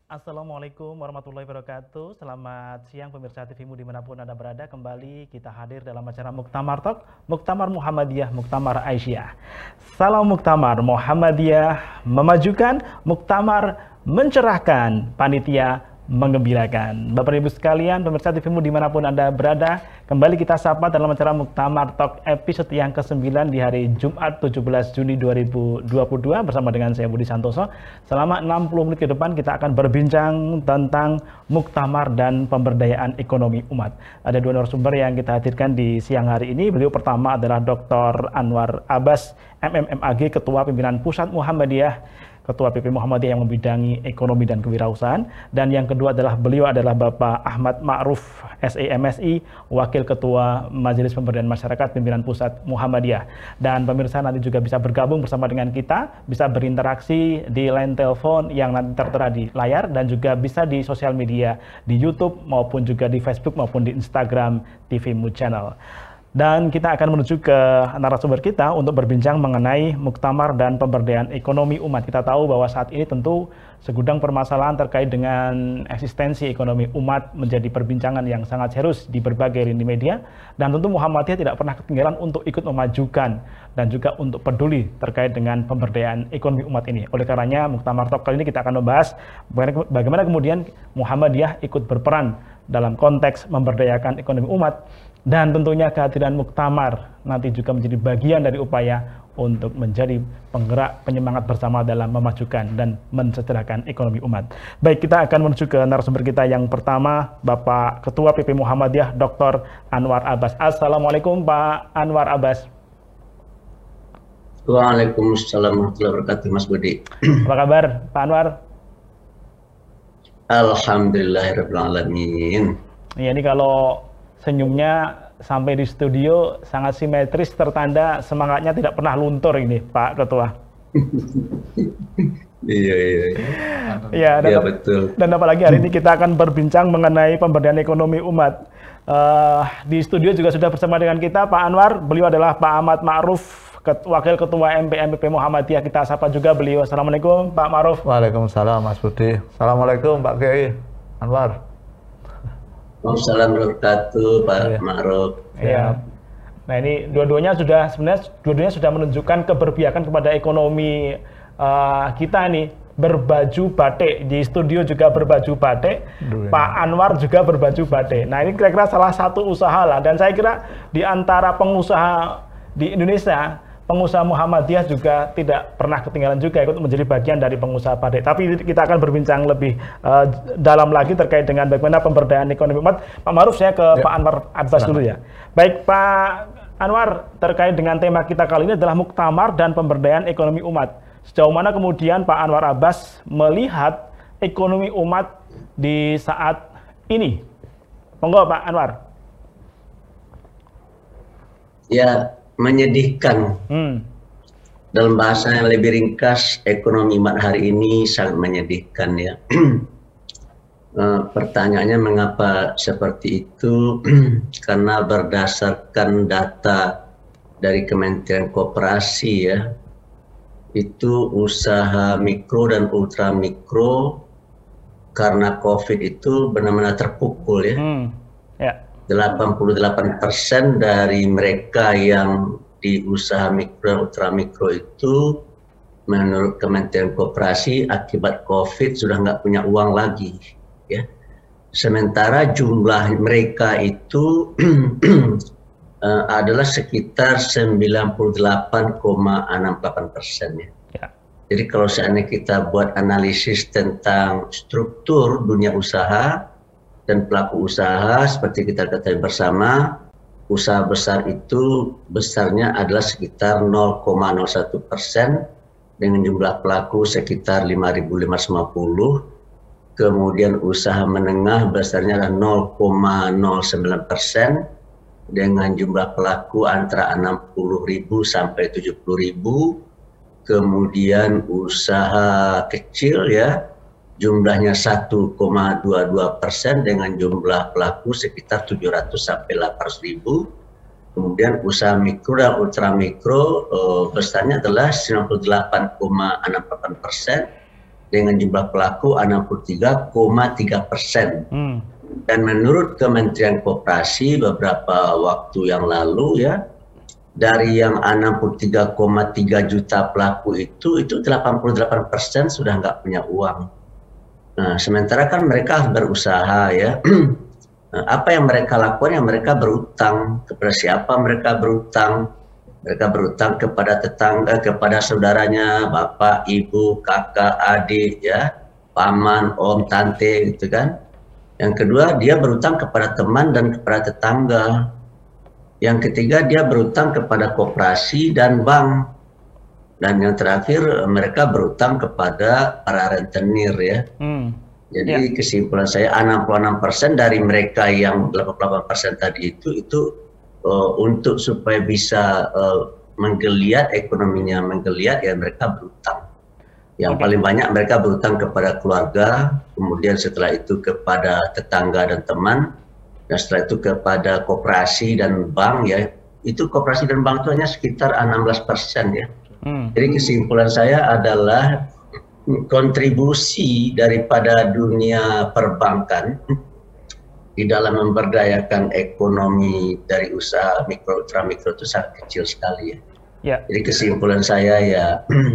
Assalamualaikum warahmatullahi wabarakatuh. Selamat siang pemirsa TVmu dimanapun Anda berada. Kembali kita hadir dalam acara Muktamar Talk, Muktamar Muhammadiyah, Muktamar Aisyah. Salam Muktamar Muhammadiyah memajukan, Muktamar mencerahkan, panitia menggembirakan. Bapak Ibu sekalian, pemirsa TVmu dimanapun Anda berada, kembali kita sapa dalam acara Muktamar Talk episode yang ke-9 di hari Jumat 17 Juni 2022 bersama dengan saya Budi Santoso. Selama 60 menit ke depan kita akan berbincang tentang Muktamar dan pemberdayaan ekonomi umat. Ada dua narasumber yang kita hadirkan di siang hari ini. Beliau pertama adalah Dr. Anwar Abbas, MMMAG, Ketua Pimpinan Pusat Muhammadiyah, Ketua PP Muhammadiyah yang membidangi ekonomi dan kewirausahaan. Dan yang kedua beliau adalah Bapak Ahmad Ma'ruf, SEMSI, Wakil Ketua Majelis Pemberdayaan Masyarakat Pimpinan Pusat Muhammadiyah. Dan pemirsa nanti juga bisa bergabung bersama dengan kita, bisa berinteraksi di line telepon yang nanti tertera di layar, dan juga bisa di sosial media, di YouTube maupun juga di Facebook maupun di Instagram TVmu Channel. Dan kita akan menuju ke narasumber kita untuk berbincang mengenai Muktamar dan pemberdayaan ekonomi umat. Kita tahu bahwa saat ini tentu segudang permasalahan terkait dengan eksistensi ekonomi umat menjadi perbincangan yang sangat serius di berbagai lini media. Dan tentu Muhammadiyah tidak pernah ketinggalan untuk ikut memajukan dan juga untuk peduli terkait dengan pemberdayaan ekonomi umat ini. Oleh karenanya Muktamar Talk kali ini kita akan membahas bagaimana kemudian Muhammadiyah ikut berperan dalam konteks memberdayakan ekonomi umat. Dan tentunya kehadiran Muktamar nanti juga menjadi bagian dari upaya untuk menjadi penggerak penyemangat bersama dalam memajukan dan mensejahterakan ekonomi umat. Baik, kita akan menuju ke narasumber kita yang pertama, Bapak Ketua PP Muhammadiyah, Dr. Anwar Abbas. Assalamualaikum Pak Anwar Abbas. Waalaikumsalam warahmatullahi wabarakatuh, Mas Budi. Apa kabar Pak Anwar? Alhamdulillahirabbil alamin. Ya, ini kalau senyumnya sampai di studio sangat simetris, tertanda semangatnya tidak pernah luntur ini Pak Ketua. Iya. Ya, Iya betul. Dan apalagi hari ini kita akan berbincang mengenai pemberdayaan ekonomi umat. Di studio juga sudah bersama dengan kita Pak Anwar. Beliau adalah Pak Ahmad Ma'ruf, Wakil Ketua MPMPP Muhammadiyah. Kita sapa juga beliau. Assalamualaikum Pak Ma'ruf. Waalaikumsalam Mas Budi. Assalamualaikum Pak Kiai Anwar. Waalaikumsalam warahmatullahi wabarakatuh, Pak Ma'ruf. Ya. Nah, ini dua-duanya sudah menunjukkan keberpihakan kepada ekonomi kita nih. Berbaju batik, di studio juga berbaju batik, Pak Anwar juga berbaju batik. Nah, ini kira-kira salah satu usaha lah, dan saya kira di antara pengusaha di Indonesia, pengusaha Muhammadiyah juga tidak pernah ketinggalan juga ikut menjadi bagian dari pengusaha batik. Tapi kita akan berbincang lebih dalam lagi terkait dengan bagaimana pemberdayaan ekonomi umat. Pak Ma'ruf, saya ke Pak Anwar Abbas dulu ya. Baik Pak Anwar, terkait dengan tema kita kali ini adalah Muktamar dan pemberdayaan ekonomi umat. Sejauh mana kemudian Pak Anwar Abbas melihat ekonomi umat di saat ini? Monggo Pak Anwar. Ya, menyedihkan. Dalam bahasa yang lebih ringkas, ekonomi umat hari ini sangat menyedihkan ya. Pertanyaannya mengapa seperti itu? Karena berdasarkan data dari Kementerian Koperasi ya, itu usaha mikro dan ultra mikro karena COVID itu benar-benar terpukul ya. 88% dari mereka yang di usaha mikro dan ultra mikro itu menurut Kementerian Koperasi akibat COVID sudah nggak punya uang lagi ya. Sementara jumlah mereka itu adalah sekitar 98,68% ya. Jadi kalau seandainya kita buat analisis tentang struktur dunia usaha dan pelaku usaha, seperti kita ketahui bersama, usaha besar itu besarnya adalah sekitar 0,01% dengan jumlah pelaku sekitar 5.550. Kemudian usaha menengah besarnya adalah 0,09% dengan jumlah pelaku antara 60.000 sampai 70.000. Kemudian usaha kecil ya, jumlahnya 1,22% dengan jumlah pelaku sekitar 700 sampai 800.000. Kemudian usaha mikro dan ultra mikro besarnya adalah 98,68% dengan jumlah pelaku 63,3%. Dan menurut Kementerian Koperasi beberapa waktu yang lalu ya, dari yang 63,3 juta pelaku itu 88% sudah nggak punya uang. Nah, sementara kan mereka harus berusaha ya. Apa yang mereka lakukan? Yang mereka berutang. Kepada siapa mereka berutang? Mereka berutang kepada tetangga, kepada saudaranya, bapak, ibu, kakak, adik, ya, paman, om, tante, gitu kan. Yang kedua, dia berutang kepada teman dan kepada tetangga. Yang ketiga, dia berutang kepada koperasi dan bank. Dan yang terakhir, mereka berutang kepada para rentenir ya. Jadi kesimpulan saya 66% dari mereka yang 88% tadi itu untuk supaya bisa menggeliat ekonominya menggeliat ya mereka berutang. Yang paling banyak mereka berutang kepada keluarga, kemudian setelah itu kepada tetangga dan teman, dan setelah itu kepada koperasi dan bank ya. Itu koperasi dan bank itu hanya sekitar 16% ya. Jadi kesimpulan saya adalah kontribusi daripada dunia perbankan di dalam memberdayakan ekonomi dari usaha mikro ultramikro itu sangat kecil sekali ya. Jadi kesimpulan saya ya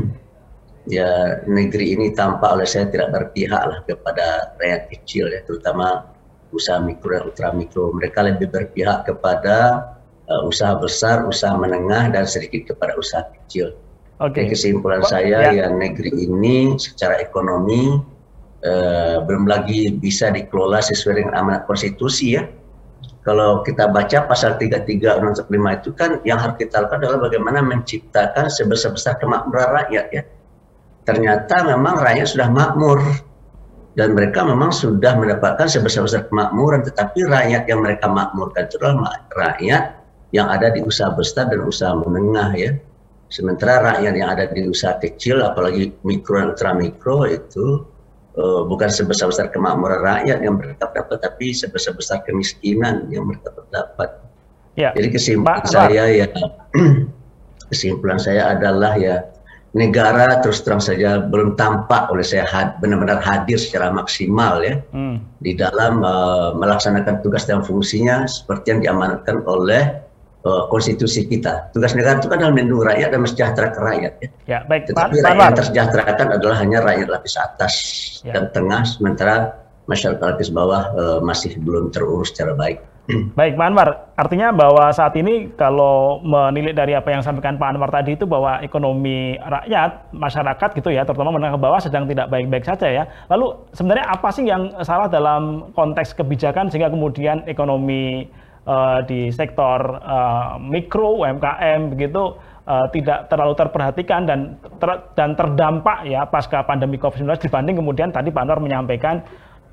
ya negeri ini tampak oleh saya tidak berpihak lah kepada rakyat kecil ya, terutama usaha mikro dan ultramikro. Mereka lebih berpihak kepada usaha besar, usaha menengah, dan sedikit kepada usaha kecil. Jadi kesimpulan saya ya negeri ini secara ekonomi belum lagi bisa dikelola sesuai dengan amanat konstitusi ya. Kalau kita baca pasal 33 Undang-Undang 45 itu kan yang harus kita lakukan adalah bagaimana menciptakan sebesar-besar kemakmuran rakyat ya. Ternyata memang rakyat sudah makmur dan mereka memang sudah mendapatkan sebesar-besar kemakmuran, tetapi rakyat yang mereka makmurkan itu adalah rakyat yang ada di usaha besar dan usaha menengah ya. Sementara rakyat yang ada di usaha kecil, apalagi mikro dan ultramikro itu bukan sebesar-besar kemakmuran rakyat yang mereka dapat, tapi sebesar-besar kemiskinan yang mereka dapat. Jadi kesimpulan saya adalah ya negara terus terang saja belum tampak oleh saya benar-benar hadir secara maksimal ya di dalam melaksanakan tugas dan fungsinya seperti yang diamanatkan oleh konstitusi kita. Tugas negara itu kan adalah melindungi rakyat dan mensejahterakan rakyat ya. Tetapi rakyat yang tersejahterakan adalah hanya rakyat lapis atas dan tengah, sementara masyarakat lapis bawah masih belum terurus secara baik. Baik, Pak Anwar, artinya bahwa saat ini kalau menilik dari apa yang disampaikan Pak Anwar tadi itu bahwa ekonomi rakyat, masyarakat gitu ya, terutama menengah ke bawah sedang tidak baik-baik saja ya. Lalu sebenarnya apa sih yang salah dalam konteks kebijakan sehingga kemudian ekonomi di sektor mikro UMKM begitu tidak terlalu terperhatikan dan terdampak ya pasca pandemi COVID-19 dibanding kemudian tadi Pak Anwar menyampaikan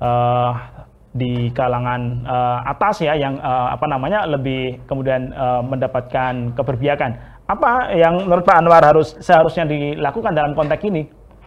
di kalangan atas ya yang lebih kemudian mendapatkan keberpihakan. Apa yang menurut Pak Anwar seharusnya dilakukan dalam konteks ini?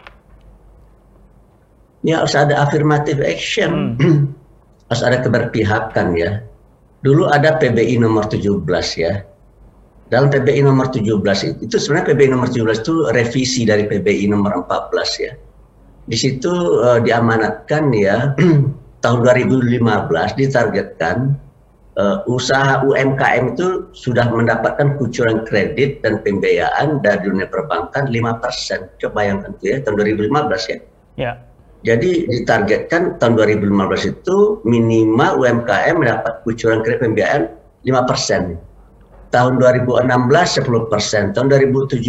Ya harus ada affirmative action, harus ada keberpihakan ya. Dulu ada PBI nomor 17 ya. Dalam PBI nomor 17 itu sebenarnya PBI nomor 17 itu revisi dari PBI nomor 14 ya. Di situ diamanatkan ya tahun 2015 ditargetkan usaha UMKM itu sudah mendapatkan kucuran kredit dan pembiayaan dari dunia perbankan 5%. Coba bayangkan itu ya tahun 2015 ya. Ya. Jadi ditargetkan tahun 2015 itu minimal UMKM mendapat kucuran kredit pembiayaan 5%. Tahun 2016 10%, tahun 2017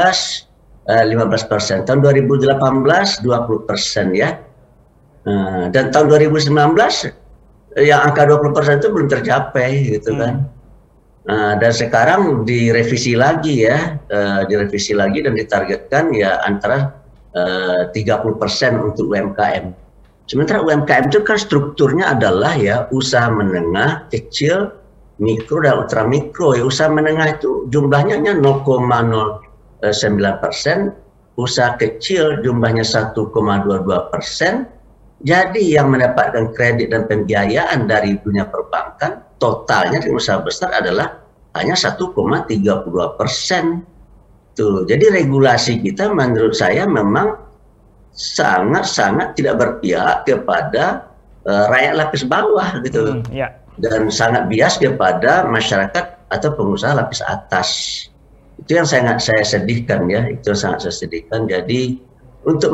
15%, tahun 2018 20% ya. Dan tahun 2019 yang angka 20% itu belum tercapai gitu kan. Dan sekarang direvisi lagi ya, direvisi lagi dan ditargetkan ya antara 30% untuk UMKM. Sementara UMKM itu kan strukturnya adalah ya usaha menengah, kecil, mikro dan ultramikro. Ya, usaha menengah itu jumlahnya hanya 0,09%, usaha kecil jumlahnya 1,22%. Jadi yang mendapatkan kredit dan pembiayaan dari dunia perbankan totalnya di usaha besar adalah hanya 1,32%. Tuh, jadi regulasi kita menurut saya memang sangat-sangat tidak berpihak kepada rakyat lapis bawah gitu, dan sangat bias kepada masyarakat atau pengusaha lapis atas. Itu yang sangat saya sedihkan ya, itu sangat saya sedihkan. Jadi untuk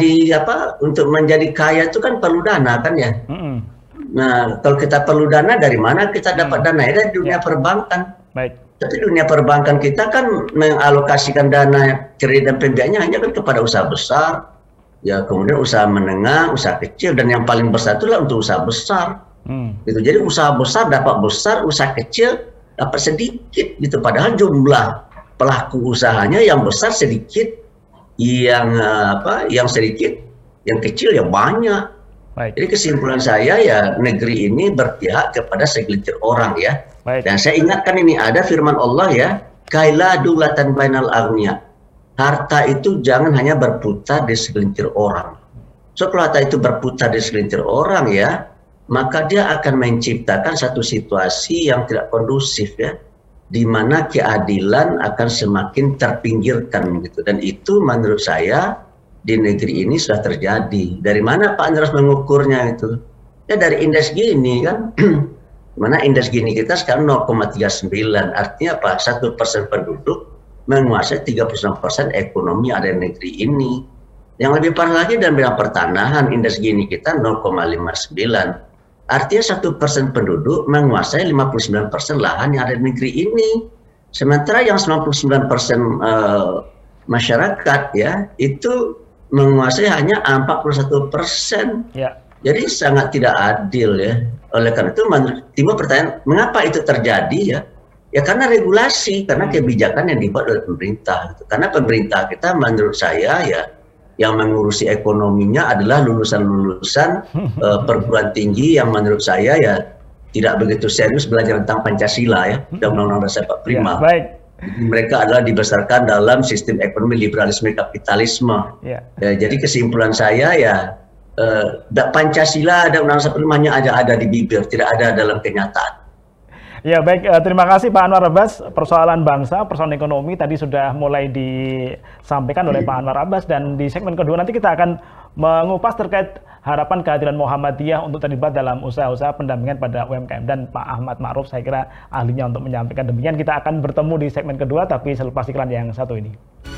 menjadi kaya itu kan perlu dana kan ya. Nah, kalau kita perlu dana, dari mana kita dapat dana? Ya dari dunia perbankan. Tapi dunia perbankan kita kan mengalokasikan dana kredit dan pembiayaannya hanya kan kepada usaha besar, ya kemudian usaha menengah, usaha kecil, dan yang paling besar itulah untuk usaha besar. Gitu. Jadi usaha besar dapat besar, usaha kecil dapat sedikit gitu. Padahal jumlah pelaku usahanya yang besar sedikit, yang sedikit, yang kecil ya banyak. Jadi kesimpulan saya ya, negeri ini berpihak kepada segelintir orang ya. Dan saya ingatkan ini ada firman Allah ya, kaila dulatan bainal aghnia. Harta itu jangan hanya berputar di segelintir orang. So kalau harta itu berputar di segelintir orang ya, maka dia akan menciptakan satu situasi yang tidak kondusif ya, di mana keadilan akan semakin terpinggirkan gitu. Dan itu menurut saya di negeri ini sudah terjadi. Dari mana Pak Andreas mengukurnya itu? Ya dari indeks Gini kan. Mana indeks Gini kita sekarang 0,39. Artinya apa? 1% penduduk menguasai 39% ekonomi ada di negeri ini. Yang lebih parah lagi dalam bidang pertanahan, indeks Gini kita 0,59. Artinya 1% penduduk menguasai 59% lahan yang ada di negeri ini. Sementara yang 99% masyarakat ya itu menguasai hanya 41%. Jadi sangat tidak adil ya. Oleh karena itu timbul pertanyaan, mengapa itu terjadi ya? Ya karena regulasi, karena kebijakan yang dibuat oleh pemerintah. Gitu. Karena pemerintah kita menurut saya ya, yang mengurusi ekonominya adalah lulusan-lulusan perguruan tinggi yang menurut saya ya tidak begitu serius belajar tentang Pancasila ya, dan Undang-Undang Dasar 45. Mereka adalah dibesarkan dalam sistem ekonomi liberalisme kapitalisme. Jadi kesimpulan saya ya, Pancasila dan Undang-Undang Dasar 45 hanya ada di bibir, tidak ada dalam kenyataan. Ya baik, terima kasih Pak Anwar Abbas. Persoalan bangsa, persoalan ekonomi tadi sudah mulai disampaikan oleh Pak Anwar Abbas, dan di segmen kedua nanti kita akan mengupas terkait harapan kehadiran Muhammadiyah untuk terlibat dalam usaha-usaha pendampingan pada UMKM, dan Pak Ahmad Ma'ruf saya kira ahlinya untuk menyampaikan demikian. Kita akan bertemu di segmen kedua tapi selepas iklan yang satu ini.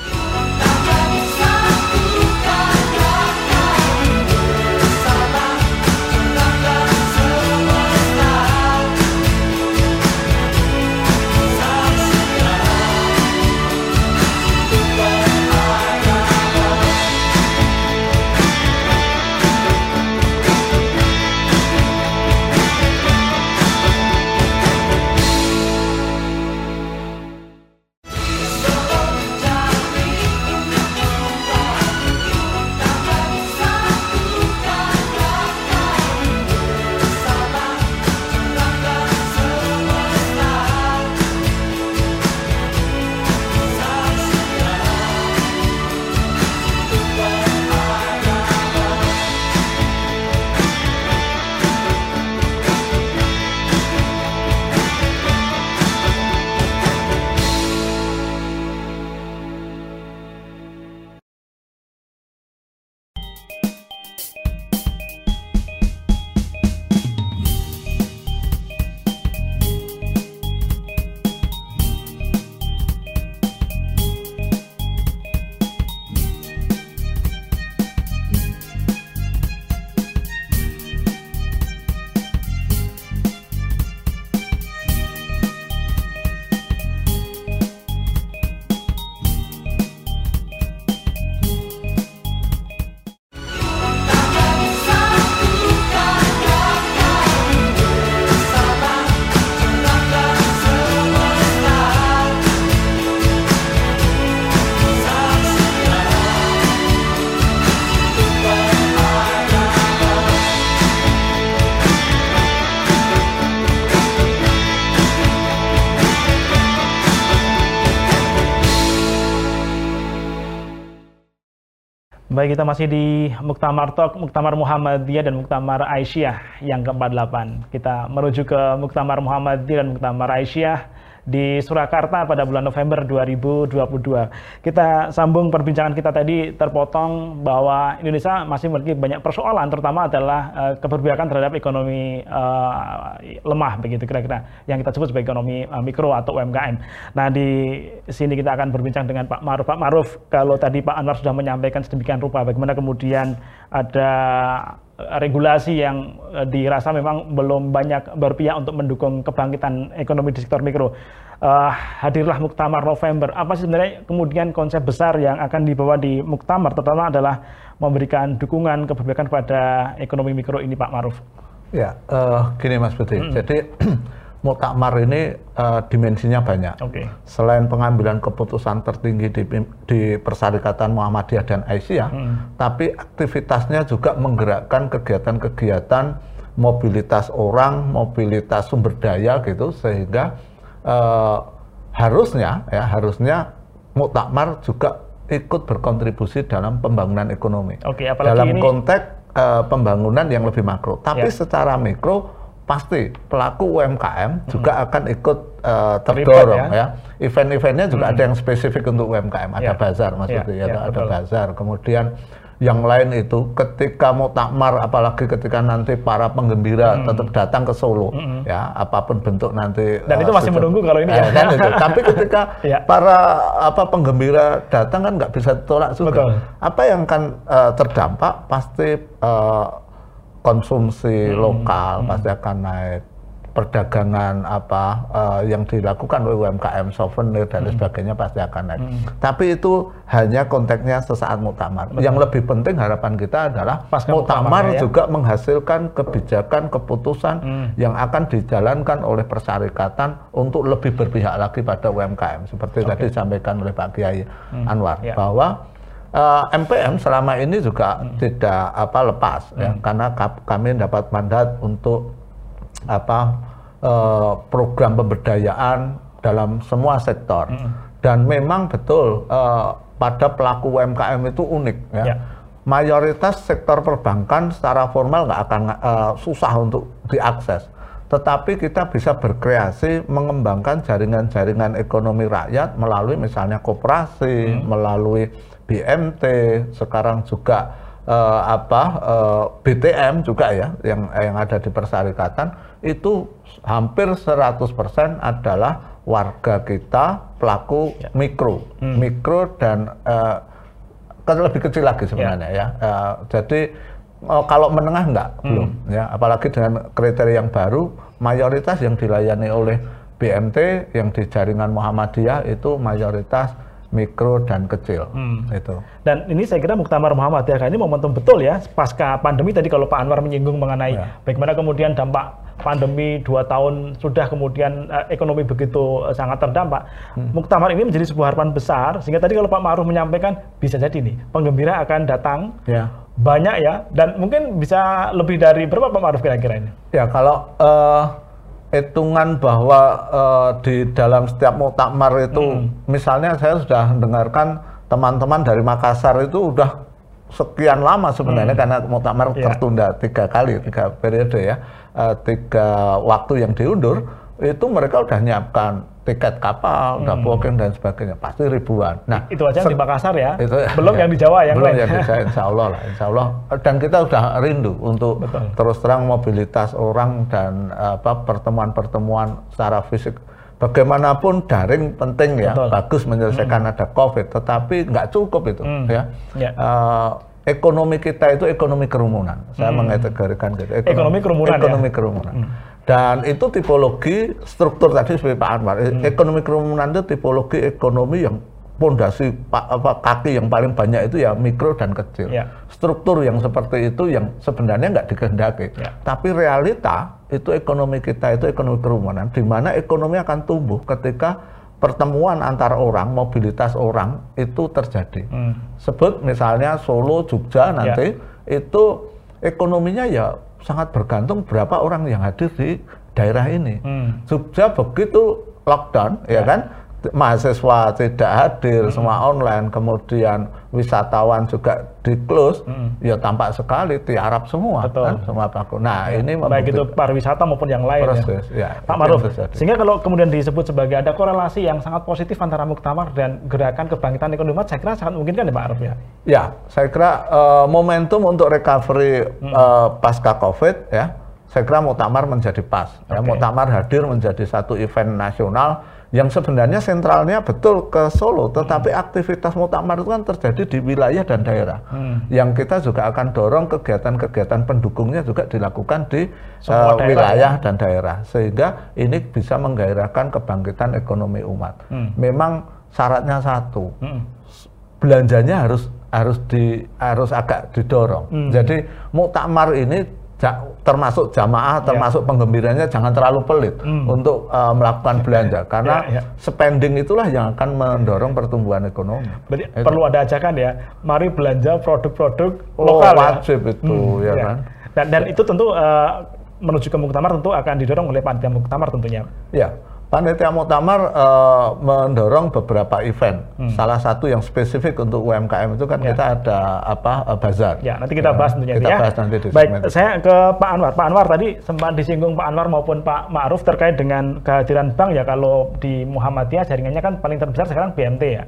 Baik, kita masih di Muktamar Talk, Muktamar Muhammadiyah dan Muktamar Aisyah yang ke-48. Kita merujuk ke Muktamar Muhammadiyah dan Muktamar Aisyah di Surakarta pada bulan November 2022. Kita sambung perbincangan kita tadi, terpotong bahwa Indonesia masih memiliki banyak persoalan, terutama adalah keberpihakan terhadap ekonomi lemah, begitu kira-kira, yang kita sebut sebagai ekonomi mikro atau UMKM. Nah, di sini kita akan berbincang dengan Pak Ma'ruf. Pak Ma'ruf, kalau tadi Pak Anwar sudah menyampaikan sedemikian rupa, bagaimana kemudian ada regulasi yang dirasa memang belum banyak berpihak untuk mendukung kebangkitan ekonomi di sektor mikro. Hadirlah Muktamar November. Apa sih sebenarnya kemudian konsep besar yang akan dibawa di Muktamar, terutama adalah memberikan dukungan keberpihakan kepada ekonomi mikro ini, Pak Ma'ruf? Ya, gini Mas Budi. Jadi Muktamar ini dimensinya banyak. Selain pengambilan keputusan tertinggi di Persyarikatan Muhammadiyah dan Aisyah, tapi aktivitasnya juga menggerakkan kegiatan-kegiatan mobilitas orang, mobilitas sumber daya gitu, sehingga harusnya Muktamar juga ikut berkontribusi dalam pembangunan ekonomi. Dalam konteks pembangunan yang lebih makro. Tapi secara mikro pasti pelaku UMKM juga akan ikut terdorong ya. Event-eventnya juga ada yang spesifik untuk UMKM, ada bazar maksudnya, ada bazar. Kemudian yang lain itu ketika Muktamar, apalagi ketika nanti para penggembira tetap datang ke Solo, ya apapun bentuk nanti. Dan itu masih menunggu kalau ini kan itu. Tapi ketika para penggembira datang kan nggak bisa ditolak juga. Apa yang akan terdampak pasti konsumsi lokal pasti akan naik, perdagangan yang dilakukan oleh UMKM, souvenir dan sebagainya pasti akan naik. Tapi itu hanya konteksnya sesaat Muktamar. Yang lebih penting harapan kita adalah Muktamar juga menghasilkan kebijakan, keputusan yang akan dijalankan oleh persyarikatan untuk lebih berpihak lagi pada UMKM. Seperti tadi disampaikan oleh Pak Kiai Anwar, bahwa MPM selama ini juga tidak lepas ya, karena kami dapat mandat untuk program pemberdayaan dalam semua sektor. Dan memang betul pada pelaku UMKM itu unik ya. Mayoritas sektor perbankan secara formal nggak akan susah untuk diakses. Tetapi kita bisa berkreasi mengembangkan jaringan-jaringan ekonomi rakyat melalui misalnya koperasi, melalui BMT, sekarang juga BTM juga ya, yang ada di persyarikatan, itu hampir 100% adalah warga kita pelaku mikro dan lebih kecil lagi sebenarnya ya. Jadi kalau menengah enggak, belum ya, apalagi dengan kriteria yang baru, mayoritas yang dilayani oleh BMT yang di jaringan Muhammadiyah itu mayoritas mikro dan kecil. Itu. Dan ini saya kira Muktamar Muhammadiyah ini momentum betul ya, pasca pandemi tadi kalau Pak Anwar menyinggung mengenai bagaimana kemudian dampak pandemi 2 tahun sudah kemudian ekonomi begitu sangat terdampak. Muktamar ini menjadi sebuah harapan besar, sehingga tadi kalau Pak Ma'ruf menyampaikan bisa jadi nih penggembira akan datang banyak ya, dan mungkin bisa lebih dari berapa Pak Ma'ruf kira-kira ini? Ya kalau hitungan bahwa di dalam setiap Muktamar itu misalnya saya sudah mendengarkan teman-teman dari Makassar itu udah sekian lama sebenarnya karena Muktamar tertunda 3 periode ya, 3 waktu yang diundur, itu mereka udah nyiapkan tiket kapal, udah booking dan sebagainya, pasti ribuan. Nah, itu aja di Makassar ya, belum yang di Jawa yang belum lain. Yang di Jawa, insya Allah. Dan kita udah rindu untuk terus terang mobilitas orang dan pertemuan-pertemuan secara fisik. Bagaimanapun daring penting ya, bagus menyelesaikan ada COVID, tetapi nggak cukup itu ya. Ekonomi kita itu ekonomi kerumunan. Saya mengategorikan gitu. Ekonomi kerumunan. Dan itu tipologi struktur tadi seperti Pak Anwar. Ekonomi kerumunan itu tipologi ekonomi yang pondasi kaki yang paling banyak itu ya mikro dan kecil. Struktur yang seperti itu yang sebenarnya nggak dikehendaki. Tapi realita itu ekonomi kita itu ekonomi kerumunan, di mana ekonomi akan tumbuh ketika pertemuan antar orang, mobilitas orang itu terjadi. Sebut misalnya Solo, Jogja nanti itu ekonominya ya sangat bergantung berapa orang yang hadir di daerah ini. Jogja begitu lockdown ya kan, mahasiswa tidak hadir, semua online, kemudian wisatawan juga di close, ya tampak sekali tiarap semua. Betul. Kan, semua pelaku. Nah, ini baik itu pariwisata maupun yang lain proses, Pak Ma'ruf. Sehingga kalau kemudian disebut sebagai ada korelasi yang sangat positif antara muktamar dan gerakan kebangkitan ekonomi umat, saya kira sangat mungkin kan ya Pak Ma'ruf ya? Ya, saya kira momentum untuk recovery pasca COVID ya, saya kira muktamar menjadi pas. Ya, muktamar hadir menjadi satu event nasional yang sebenarnya sentralnya betul ke Solo, tetapi aktivitas muktamar itu kan terjadi di wilayah dan daerah. Yang kita juga akan dorong kegiatan-kegiatan pendukungnya juga dilakukan di wilayah dan daerah, sehingga ini bisa menggairahkan kebangkitan ekonomi umat. Memang syaratnya satu, belanjanya harus agak didorong. Jadi muktamar ini termasuk jamaah, termasuk penggembiranya jangan terlalu pelit untuk melakukan belanja, karena spending itulah yang akan mendorong pertumbuhan ekonomi. Berarti perlu ada ajakan ya, mari belanja produk-produk lokal. Wajib itu ya kan. Dan itu tentu menuju ke muktamar tentu akan didorong oleh panitia muktamar tentunya. Ya. Panitia muktamar mendorong beberapa event. Salah satu yang spesifik untuk UMKM itu kan kita ada bazar. Ya, nanti kita bahas tentunya kita ya. Bahas nanti di baik, saya ke Pak Anwar. Pak Anwar tadi sempat disinggung Pak Anwar maupun Pak Ma'ruf terkait dengan kehadiran bank ya. Kalau di Muhammadiyah jaringannya kan paling terbesar sekarang BMT ya.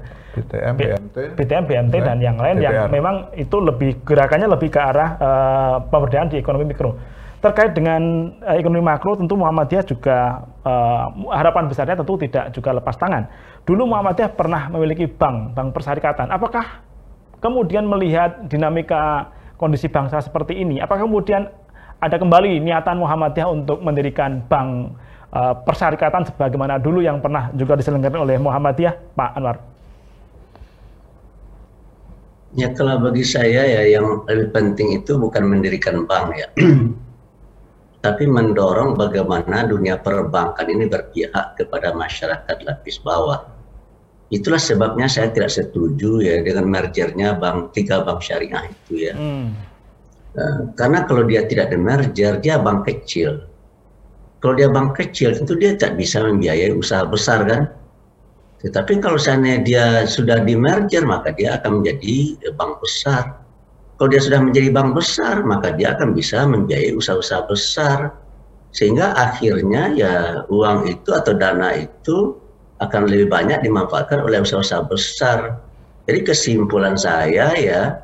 BTM, BMT dan yang lain yang memang itu lebih gerakannya lebih ke arah pemberdayaan di ekonomi mikro. Terkait dengan ekonomi makro, tentu Muhammadiyah juga harapan besarnya tentu tidak juga lepas tangan. Dulu Muhammadiyah pernah memiliki bank persyarikatan. Apakah kemudian melihat dinamika kondisi bangsa seperti ini, apakah kemudian ada kembali niatan Muhammadiyah untuk mendirikan bank persyarikatan sebagaimana dulu yang pernah juga diselenggarakan oleh Muhammadiyah, Pak Anwar? Ya, kalau bagi saya ya yang lebih penting itu bukan mendirikan bank ya. Tapi mendorong bagaimana dunia perbankan ini berpihak kepada masyarakat lapis bawah. Itulah sebabnya saya tidak setuju ya dengan mergernya tiga bank syariah itu ya. Karena kalau dia tidak ada merger, dia bank kecil. Kalau dia bank kecil, tentu dia tak bisa membiayai usaha besar kan. Tetapi kalau seandainya dia sudah di merger, maka dia akan menjadi bank besar. Kalau dia sudah menjadi bank besar, maka dia akan bisa membiayai usaha-usaha besar. Sehingga akhirnya ya uang itu atau dana itu akan lebih banyak dimanfaatkan oleh usaha-usaha besar. Jadi kesimpulan saya ya,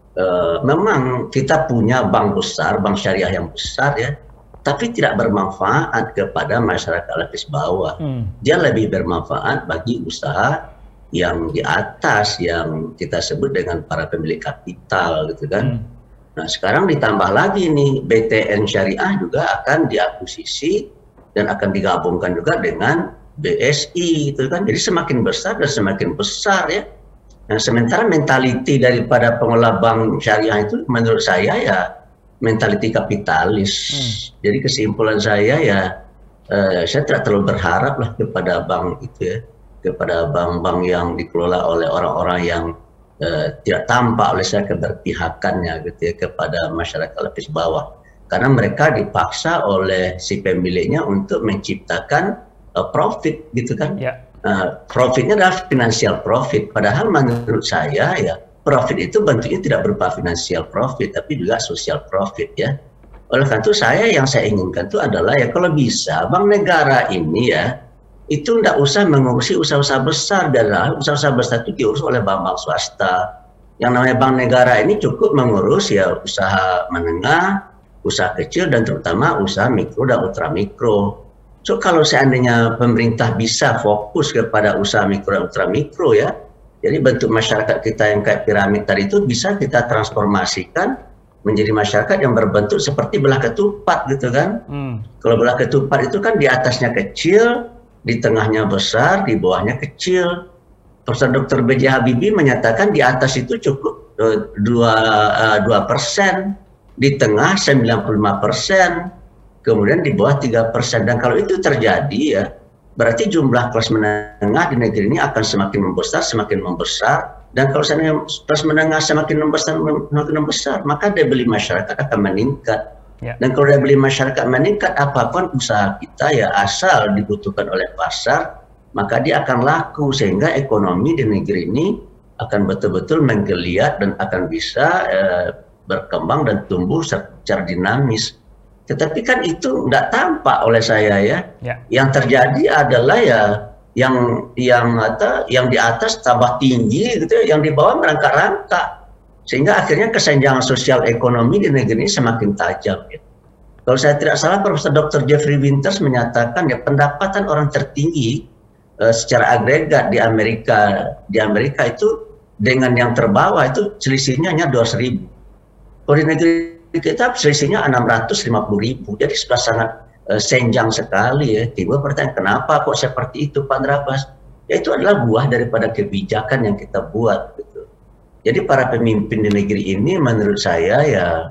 memang kita punya bank besar, bank syariah yang besar ya, tapi tidak bermanfaat kepada masyarakat lapis bawah. Dia lebih bermanfaat bagi usaha yang di atas, yang kita sebut dengan para pemilik kapital gitu kan. Nah sekarang ditambah lagi nih BTN Syariah juga akan diakuisisi dan akan digabungkan juga dengan BSI gitu kan. Jadi semakin besar dan semakin besar ya. Nah sementara mentaliti daripada pengelola bank syariah itu menurut saya ya mentaliti kapitalis. Jadi kesimpulan saya ya saya tidak terlalu berharap lah kepada bank itu ya, kepada bank-bank yang dikelola oleh orang-orang yang tidak tampak oleh saya keberpihakannya gitu ya kepada masyarakat lapis bawah, karena mereka dipaksa oleh si pemiliknya untuk menciptakan profit gitu kan. Profitnya adalah financial profit, padahal menurut saya ya profit itu bentuknya tidak berupa financial profit tapi juga social profit ya. Oleh karena itu yang saya inginkan itu adalah ya kalau bisa bank negara ini ya itu tidak usah mengurusi usaha-usaha besar, dan usaha-usaha besar itu diurus oleh bank-bank swasta. Yang namanya bank negara ini cukup mengurus ya usaha menengah, usaha kecil, dan terutama usaha mikro dan ultra mikro. So kalau seandainya pemerintah bisa fokus kepada usaha mikro dan ultra mikro ya, jadi bentuk masyarakat kita yang kayak piramid tadi itu bisa kita transformasikan menjadi masyarakat yang berbentuk seperti belah ketupat gitu kan. Kalau belah ketupat itu kan di atasnya kecil, di tengahnya besar, di bawahnya kecil. Profesor Dr. B.J. Habibie menyatakan di atas itu cukup 2%, di tengah 95%, kemudian di bawah 3%. Dan kalau itu terjadi ya, berarti jumlah kelas menengah di negeri ini akan semakin membesar. Dan kalau seandainya kelas menengah semakin membesar, maka daya beli masyarakat akan meningkat. Dan kalau daya beli masyarakat meningkat, apapun usaha kita ya asal dibutuhkan oleh pasar, maka dia akan laku, sehingga ekonomi di negeri ini akan betul-betul menggeliat dan akan bisa berkembang dan tumbuh secara dinamis. Tetapi kan itu tidak tampak oleh saya ya. Yang terjadi adalah ya yang di atas tambah tinggi gitu ya, yang di bawah merangkak-rangkak, sehingga akhirnya kesenjangan sosial ekonomi di negeri ini semakin tajam ya. Kalau saya tidak salah, Profesor Dr. Jeffrey Winters menyatakan ya pendapatan orang tertinggi secara agregat di Amerika itu dengan yang terbawah itu selisihnya hanya 200.000. Kalau di negeri kita selisihnya 650.000. Jadi sudah sangat senjang sekali ya. Tiba pertanyaan, kenapa kok seperti itu Pak Drabas? Ya itu adalah buah daripada kebijakan yang kita buat gitu. Jadi para pemimpin di negeri ini menurut saya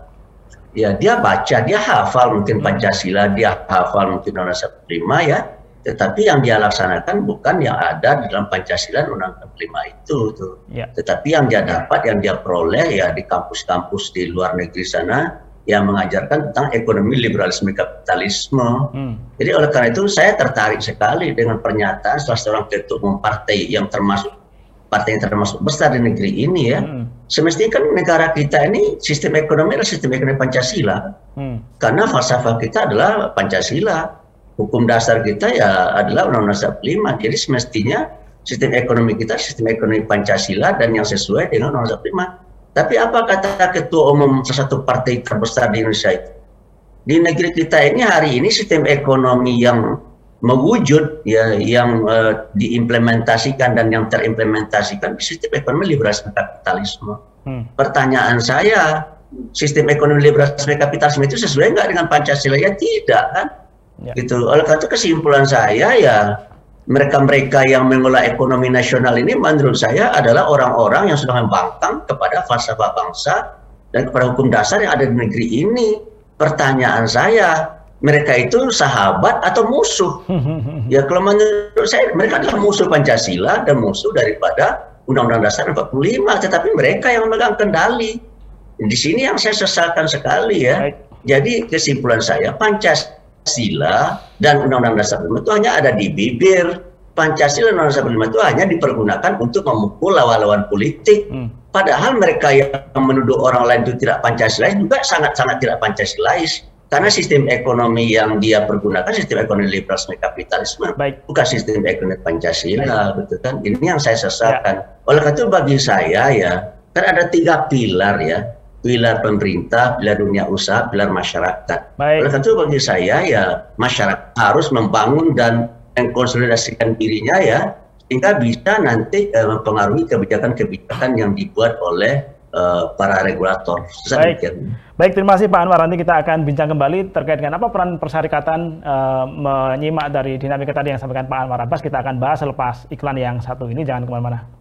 ya dia baca, dia hafal mungkin Pancasila, dia hafal mungkin Undang-Undang 45 ya, tetapi yang dia laksanakan bukan yang ada di dalam Pancasila Undang-Undang 45 itu tuh. Tetapi yang dia dapat, yang dia peroleh ya di kampus-kampus di luar negeri sana yang mengajarkan tentang ekonomi liberalisme kapitalisme. Jadi oleh karena itu saya tertarik sekali dengan pernyataan salah seorang ketua umum partai yang termasuk besar di negeri ini ya. Semestinya kan negara kita ini sistem ekonomi adalah sistem ekonomi Pancasila. Karena falsafah kita adalah Pancasila. Hukum dasar kita ya adalah Undang-Undang 45. Jadi semestinya sistem ekonomi kita sistem ekonomi Pancasila dan yang sesuai dengan Undang-Undang 45. Tapi apa kata ketua umum salah satu partai terbesar di Indonesia itu? Di negeri kita ini hari ini sistem ekonomi yang mewujud ya, yang diimplementasikan dan yang terimplementasikan di sistem ekonomi liberalisme kapitalisme. Pertanyaan saya, sistem ekonomi liberalisme kapitalisme itu sesuai nggak dengan Pancasila? Ya tidak kan? Gitu. Oleh karena itu kesimpulan saya ya mereka-mereka yang mengelola ekonomi nasional ini menurut saya adalah orang-orang yang sudah membangkang kepada falsafah bangsa dan kepada hukum dasar yang ada di negeri ini. Pertanyaan saya, mereka itu sahabat atau musuh? Ya kalau menurut saya mereka adalah musuh Pancasila dan musuh daripada Undang-Undang Dasar 45, tetapi mereka yang memegang kendali. Di sini yang saya sesalkan sekali ya. Jadi kesimpulan saya, Pancasila dan Undang-Undang Dasar 45 itu hanya ada di bibir. Pancasila dan Undang-Undang Dasar 45 itu hanya dipergunakan untuk memukul lawan-lawan politik. Padahal mereka yang menuduh orang lain itu tidak Pancasilais juga sangat-sangat tidak Pancasilais. Karena sistem ekonomi yang dia pergunakan sistem ekonomi liberalisme kapitalisme, bukan sistem ekonomi Pancasila, betul kan? Ini yang saya sesalkan. Oleh karena itu bagi saya ya, kan ada 3 pilar ya, pilar pemerintah, pilar dunia usaha, pilar masyarakat. Oleh karena itu bagi saya ya, masyarakat harus membangun dan mengkonsolidasikan dirinya ya, sehingga bisa nanti mempengaruhi kebijakan-kebijakan yang dibuat oleh para regulator. Baik, terima kasih Pak Anwar. Nanti kita akan bincang kembali terkait dengan apa peran persyarikatan menyimak dari dinamika tadi yang disampaikan Pak Anwar Abbas. Kita akan bahas selepas iklan yang satu ini. Jangan kemana-mana.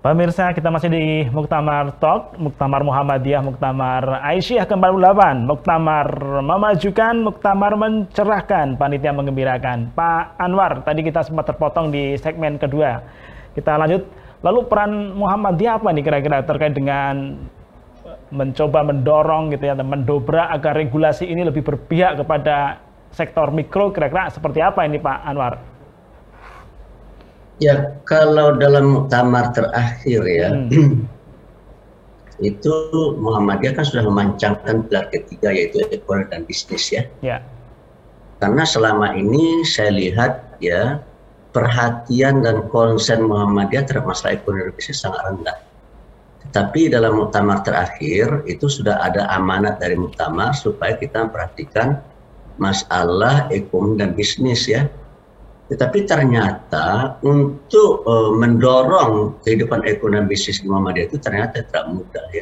Pemirsa, kita masih di Muktamar Talk, Muktamar Muhammadiyah, Muktamar Aisyah ke-48. Muktamar memajukan, Muktamar mencerahkan, panitia menggembirakan. Pak Anwar, tadi kita sempat terpotong di segmen kedua. Kita lanjut, lalu peran Muhammadiyah apa nih kira-kira terkait dengan mencoba mendorong gitu ya, mendobrak agar regulasi ini lebih berpihak kepada sektor mikro, kira-kira seperti apa ini Pak Anwar? Ya, kalau dalam muktamar terakhir ya, itu Muhammadiyah kan sudah memancangkan pilar ketiga yaitu ekonomi dan bisnis ya. Ya. Karena selama ini saya lihat ya, perhatian dan konsen Muhammadiyah terhadap masalah ekonomi dan bisnis sangat rendah. Tetapi dalam muktamar terakhir itu sudah ada amanat dari muktamar supaya kita memperhatikan masalah ekonomi dan bisnis ya. Tetapi ternyata untuk mendorong kehidupan ekonomi bisnis di Muhammadiyah itu ternyata tidak mudah ya.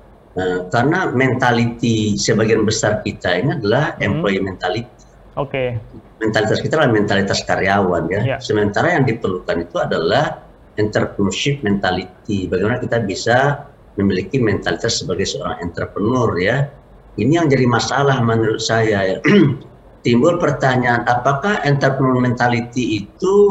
Karena mentality sebagian besar kita ini adalah employee mentality. Oke. Mentalitas kita adalah mentalitas karyawan ya. Sementara yang diperlukan itu adalah entrepreneurship mentality. Bagaimana kita bisa memiliki mentalitas sebagai seorang entrepreneur ya. Ini yang jadi masalah menurut saya ya. Timbul pertanyaan, apakah entrepreneur mentality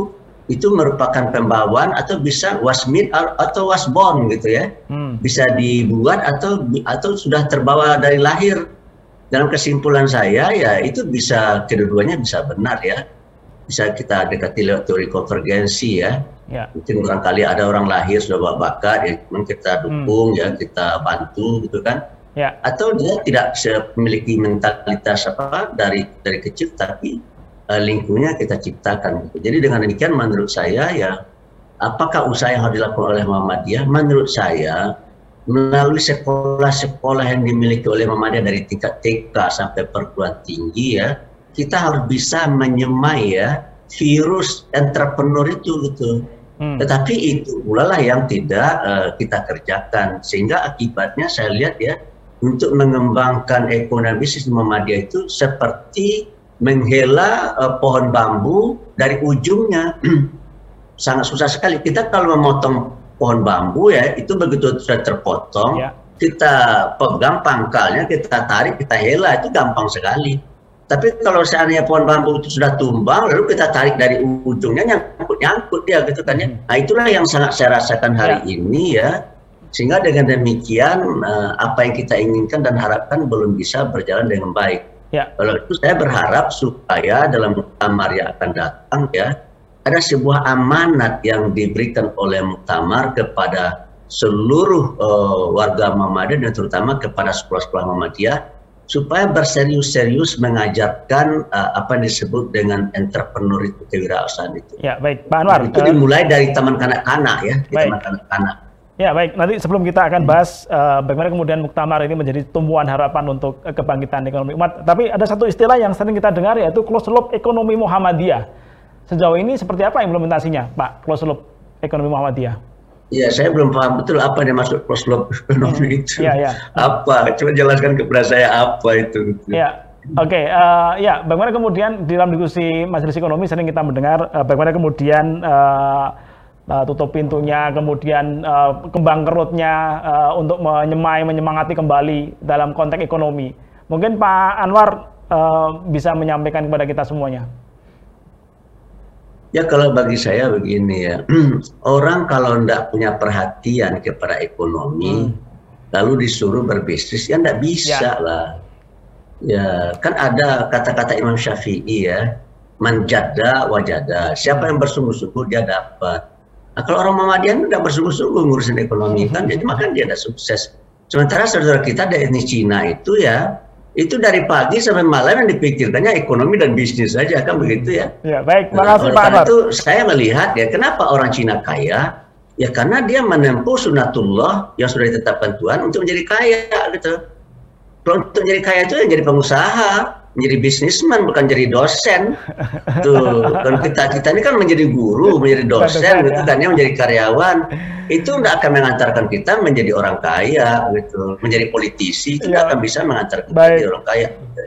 itu merupakan pembawaan atau bisa was made atau was born gitu ya? Bisa dibuat atau sudah terbawa dari lahir? Dalam kesimpulan saya ya itu bisa kedua-duanya bisa benar ya. Bisa kita dekati lewat teori konvergensi ya. Mungkin barangkali ada orang lahir sudah bawa bakat ya, kita dukung ya, kita bantu gitu kan. Ya. Atau dia tidak memiliki mentalitas dari kecil, tapi lingkungannya kita ciptakan. Gitu. Jadi dengan demikian menurut saya ya, apakah usaha yang harus dilakukan oleh Muhammadiyah? Menurut saya melalui sekolah-sekolah yang dimiliki oleh Muhammadiyah dari tingkat TK sampai perguruan tinggi ya, kita harus bisa menyemai ya virus entrepreneur itu gitu. Tetapi itu pula lah yang tidak kita kerjakan, sehingga akibatnya saya lihat ya, untuk mengembangkan ekonomi bisnis Muhammadiyah itu seperti menghela pohon bambu dari ujungnya. Sangat susah sekali. Kita kalau memotong pohon bambu ya, itu begitu sudah terpotong, kita pegang pangkalnya, kita tarik, kita hela, itu gampang sekali. Tapi kalau seandainya pohon bambu itu sudah tumbang, lalu kita tarik dari ujungnya, nyangkut ya gitu kan ya. Nah itulah yang sangat saya rasakan hari ini ya. Sehingga dengan demikian apa yang kita inginkan dan harapkan belum bisa berjalan dengan baik. Kalau itu saya berharap supaya dalam muktamar yang akan datang ya, ada sebuah amanat yang diberikan oleh muktamar kepada seluruh warga Muhammadiyah dan terutama kepada sekolah-sekolah Muhammadiyah supaya berserius-serius mengajarkan apa yang disebut dengan entrepreneur itu, kewirausahaan itu. Ya, baik, Pak Anwar. Itu dimulai dari taman kanak-kanak ya, di taman kanak-kanak. Ya baik, nanti sebelum kita akan bahas bagaimana kemudian muktamar ini menjadi tumbuhan harapan untuk kebangkitan ekonomi umat. Tapi ada satu istilah yang sering kita dengar yaitu closed loop ekonomi Muhammadiyah. Sejauh ini seperti apa implementasinya, Pak, closed loop ekonomi Muhammadiyah? Ya, saya belum paham betul apa yang maksud closed loop ekonomi itu. Apa? Coba jelaskan kepada saya apa itu. Ya. Oke, ya bagaimana kemudian di dalam diskusi majelis ekonomi sering kita mendengar bagaimana kemudian tutup pintunya, kemudian kembang kerutnya untuk menyemangati kembali dalam konteks ekonomi. Mungkin Pak Anwar bisa menyampaikan kepada kita semuanya. Ya kalau bagi saya begini ya, orang kalau tidak punya perhatian kepada ekonomi, lalu disuruh berbisnis, ya tidak bisa lah. Ya kan ada kata-kata Imam Syafi'i ya, man jadda wajada, siapa yang bersungguh-sungguh dia dapat. Nah, kalau orang Muhammadiyah tidak bersungguh-sungguh ngurusin ekonomi kan, jadi maka dia tidak sukses. Sementara saudara kita dari etnis Cina itu ya, itu dari pagi sampai malam yang dipikirkannya ekonomi dan bisnis saja kan begitu ya. Ya baik, makasih Pak Anwar. Itu saya melihat ya, kenapa orang Cina kaya? Ya karena dia menempuh sunatullah yang sudah ditetapkan Tuhan untuk menjadi kaya gitu. Kalau untuk menjadi kaya itu yang jadi pengusaha, menjadi bisnisman, bukan jadi dosen. Tuh, kalau kita ini kan menjadi guru, menjadi dosen, gitu kan, ya, menjadi karyawan, itu tidak akan mengantarkan kita menjadi orang kaya, gitu. Menjadi politisi itu tidak akan bisa mengantarkan kita menjadi orang kaya.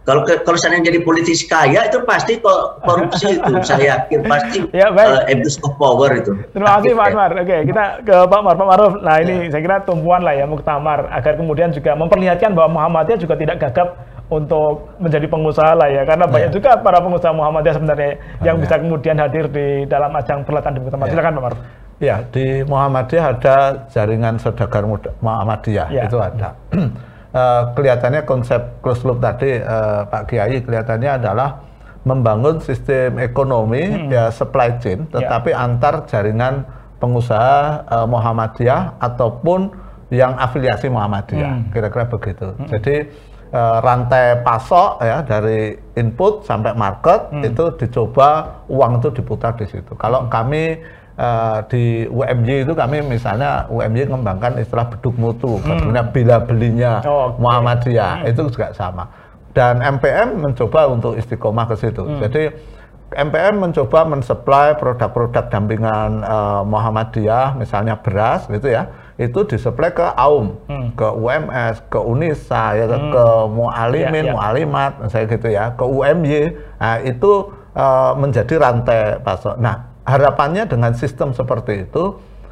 Kalau seandainya jadi politisi kaya itu pasti korupsi itu, saya yakin pasti ya, abuse of power itu. Terima kasih Pak Anwar. Oke, kita ke Pak Maruf. Nah ini saya kira tumpuan lah ya muktamar agar kemudian juga memperlihatkan bahwa Muhammadiyah juga tidak gagap untuk menjadi pengusaha lah ya, karena banyak juga para pengusaha Muhammadiyah sebenarnya yang bisa kemudian hadir di dalam ajang perhelatan di muktamar. Silakan Pak Maruf. Ya, di Muhammadiyah ada jaringan saudagar Muhammadiyah, itu ada. Kelihatannya konsep closed loop tadi Pak Kiai kelihatannya adalah membangun sistem ekonomi ya supply chain, tetapi antar jaringan pengusaha Muhammadiyah ataupun yang afiliasi Muhammadiyah, kira-kira begitu. Jadi rantai pasok ya dari input sampai market itu dicoba uang itu diputar di situ. Kalau kami di UMY itu kami misalnya UMY mengembangkan istilah beduk mutu, bagaimana bila belinya Muhammadiyah itu juga sama. Dan MPM mencoba untuk istiqomah ke situ. Jadi MPM mencoba mensuplai produk-produk dampingan Muhammadiyah, misalnya beras gitu ya, itu disuplai ke AUM, ke UMS, ke UNISA, ya, ke Mu'alimin, Mu'alimat, saya gitu ya, ke UMY. Nah, itu menjadi rantai pasok. Nah, harapannya dengan sistem seperti itu,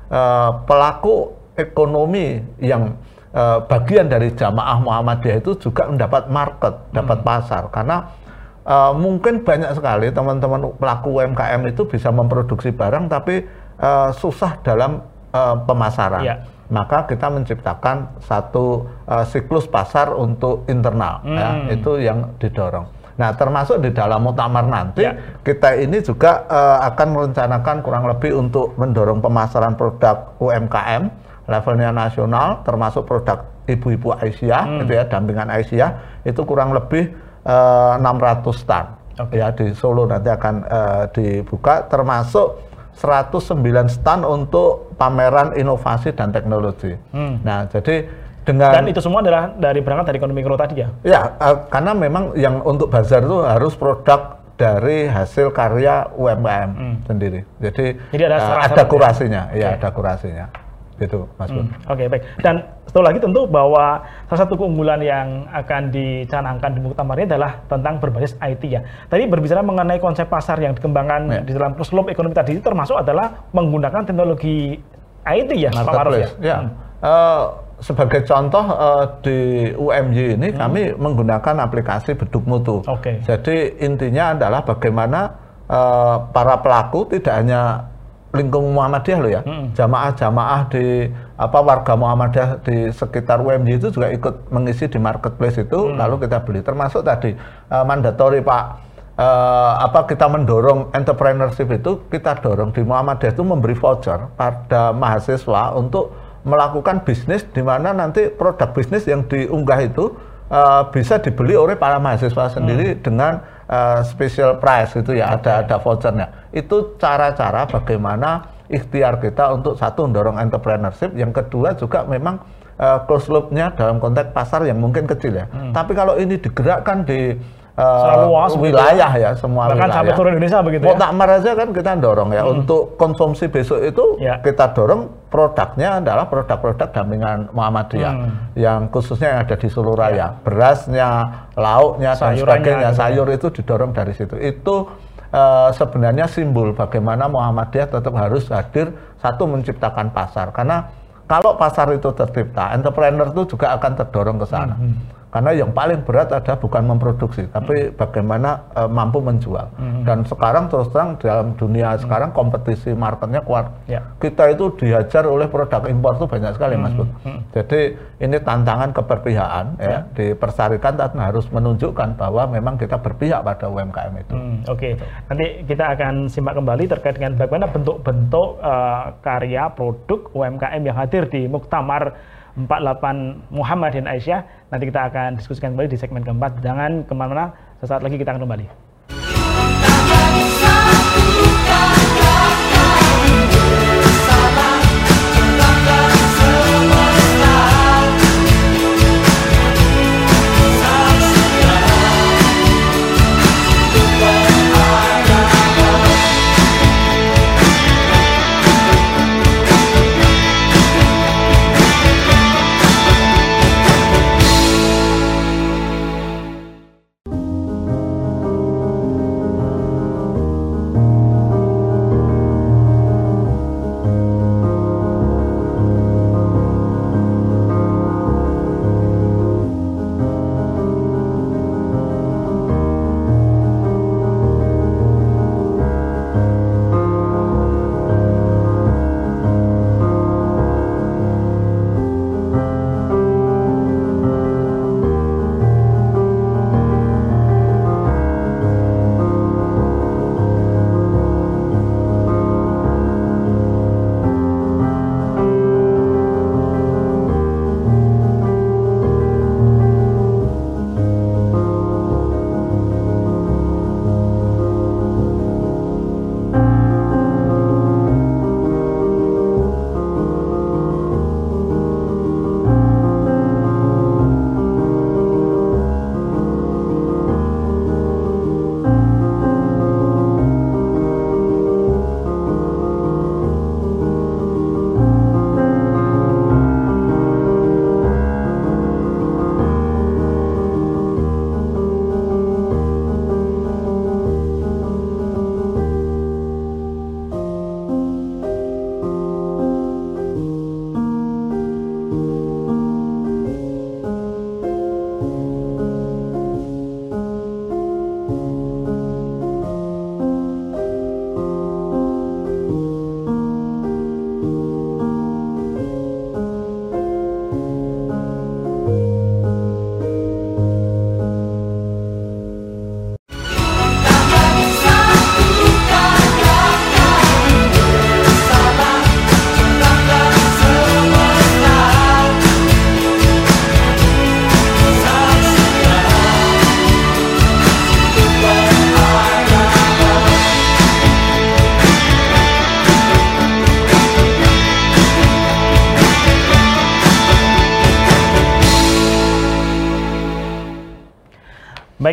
pelaku ekonomi yang bagian dari jamaah Muhammadiyah itu juga mendapat market, dapat pasar. Karena mungkin banyak sekali teman-teman pelaku UMKM itu bisa memproduksi barang, tapi susah dalam pemasaran. Maka kita menciptakan satu siklus pasar untuk internal, ya, itu yang didorong. Nah, termasuk di dalam muktamar nanti, kita ini juga akan merencanakan kurang lebih untuk mendorong pemasaran produk UMKM levelnya nasional, termasuk produk ibu-ibu Aisyah, gitu ya, dampingan Aisyah, itu kurang lebih 600 stand. Ya, di Solo nanti akan dibuka, termasuk 109 stand untuk pameran inovasi dan teknologi. Nah, jadi dan itu semua adalah berangkat dari ekonomi kero tadi ya? Ya, karena memang yang untuk bazar itu harus produk dari hasil karya UMKM sendiri. Jadi ada kurasinya, ada kurasinya. Gitu, Mas Bud. Oke, baik. Dan satu lagi tentu bahwa salah satu keunggulan yang akan dicanangkan di muktamar ini adalah tentang berbasis IT ya. Tadi berbicara mengenai konsep pasar yang dikembangkan di dalam closed loop ekonomi tadi, termasuk adalah menggunakan teknologi IT ya, Pak Maruf ya? Sebagai contoh di UMY ini kami menggunakan aplikasi beduk mutu. Jadi intinya adalah bagaimana para pelaku tidak hanya lingkungan Muhammadiyah loh ya, jamaah-jamaah di warga Muhammadiyah di sekitar UMY itu juga ikut mengisi di marketplace itu, lalu kita beli. Termasuk tadi mandatori Pak, kita mendorong entrepreneurship itu, kita dorong di Muhammadiyah itu memberi voucher pada mahasiswa untuk melakukan bisnis, di mana nanti produk bisnis yang diunggah itu bisa dibeli oleh para mahasiswa sendiri dengan special price itu ya, ada vouchernya. Itu cara-cara bagaimana ikhtiar kita untuk satu mendorong entrepreneurship, yang kedua juga memang close loop-nya dalam konteks pasar yang mungkin kecil ya. Tapi kalau ini digerakkan di luas wilayah ya, semua bahkan wilayah. Sampai seluruh Indonesia begitu ya. Muktamar aja kan kita dorong ya, untuk konsumsi besok itu kita dorong produknya adalah produk-produk dampingan Muhammadiyah yang khususnya yang ada di Solo Raya. Berasnya, lauknya, dan sebagainya, sayur itu didorong dari situ. Itu sebenarnya simbol bagaimana Muhammadiyah tetap harus hadir, satu menciptakan pasar. Karena kalau pasar itu tercipta, entrepreneur itu juga akan terdorong ke sana. Karena yang paling berat adalah bukan memproduksi, tapi bagaimana mampu menjual. Dan sekarang terus terang dalam dunia sekarang kompetisi marketnya kuat. Kita itu dihajar oleh produk impor itu banyak sekali, Mas Bud. Jadi ini tantangan keberpihakan ya. Di Persarikan harus menunjukkan bahwa memang kita berpihak pada UMKM itu. Nanti kita akan simak kembali terkait dengan bagaimana bentuk-bentuk karya produk UMKM yang hadir di Muktamar 48 Muhammad dan Aisyah. Nanti kita akan diskusikan kembali di segmen keempat. Jangan kemana-mana, sesaat lagi kita akan kembali.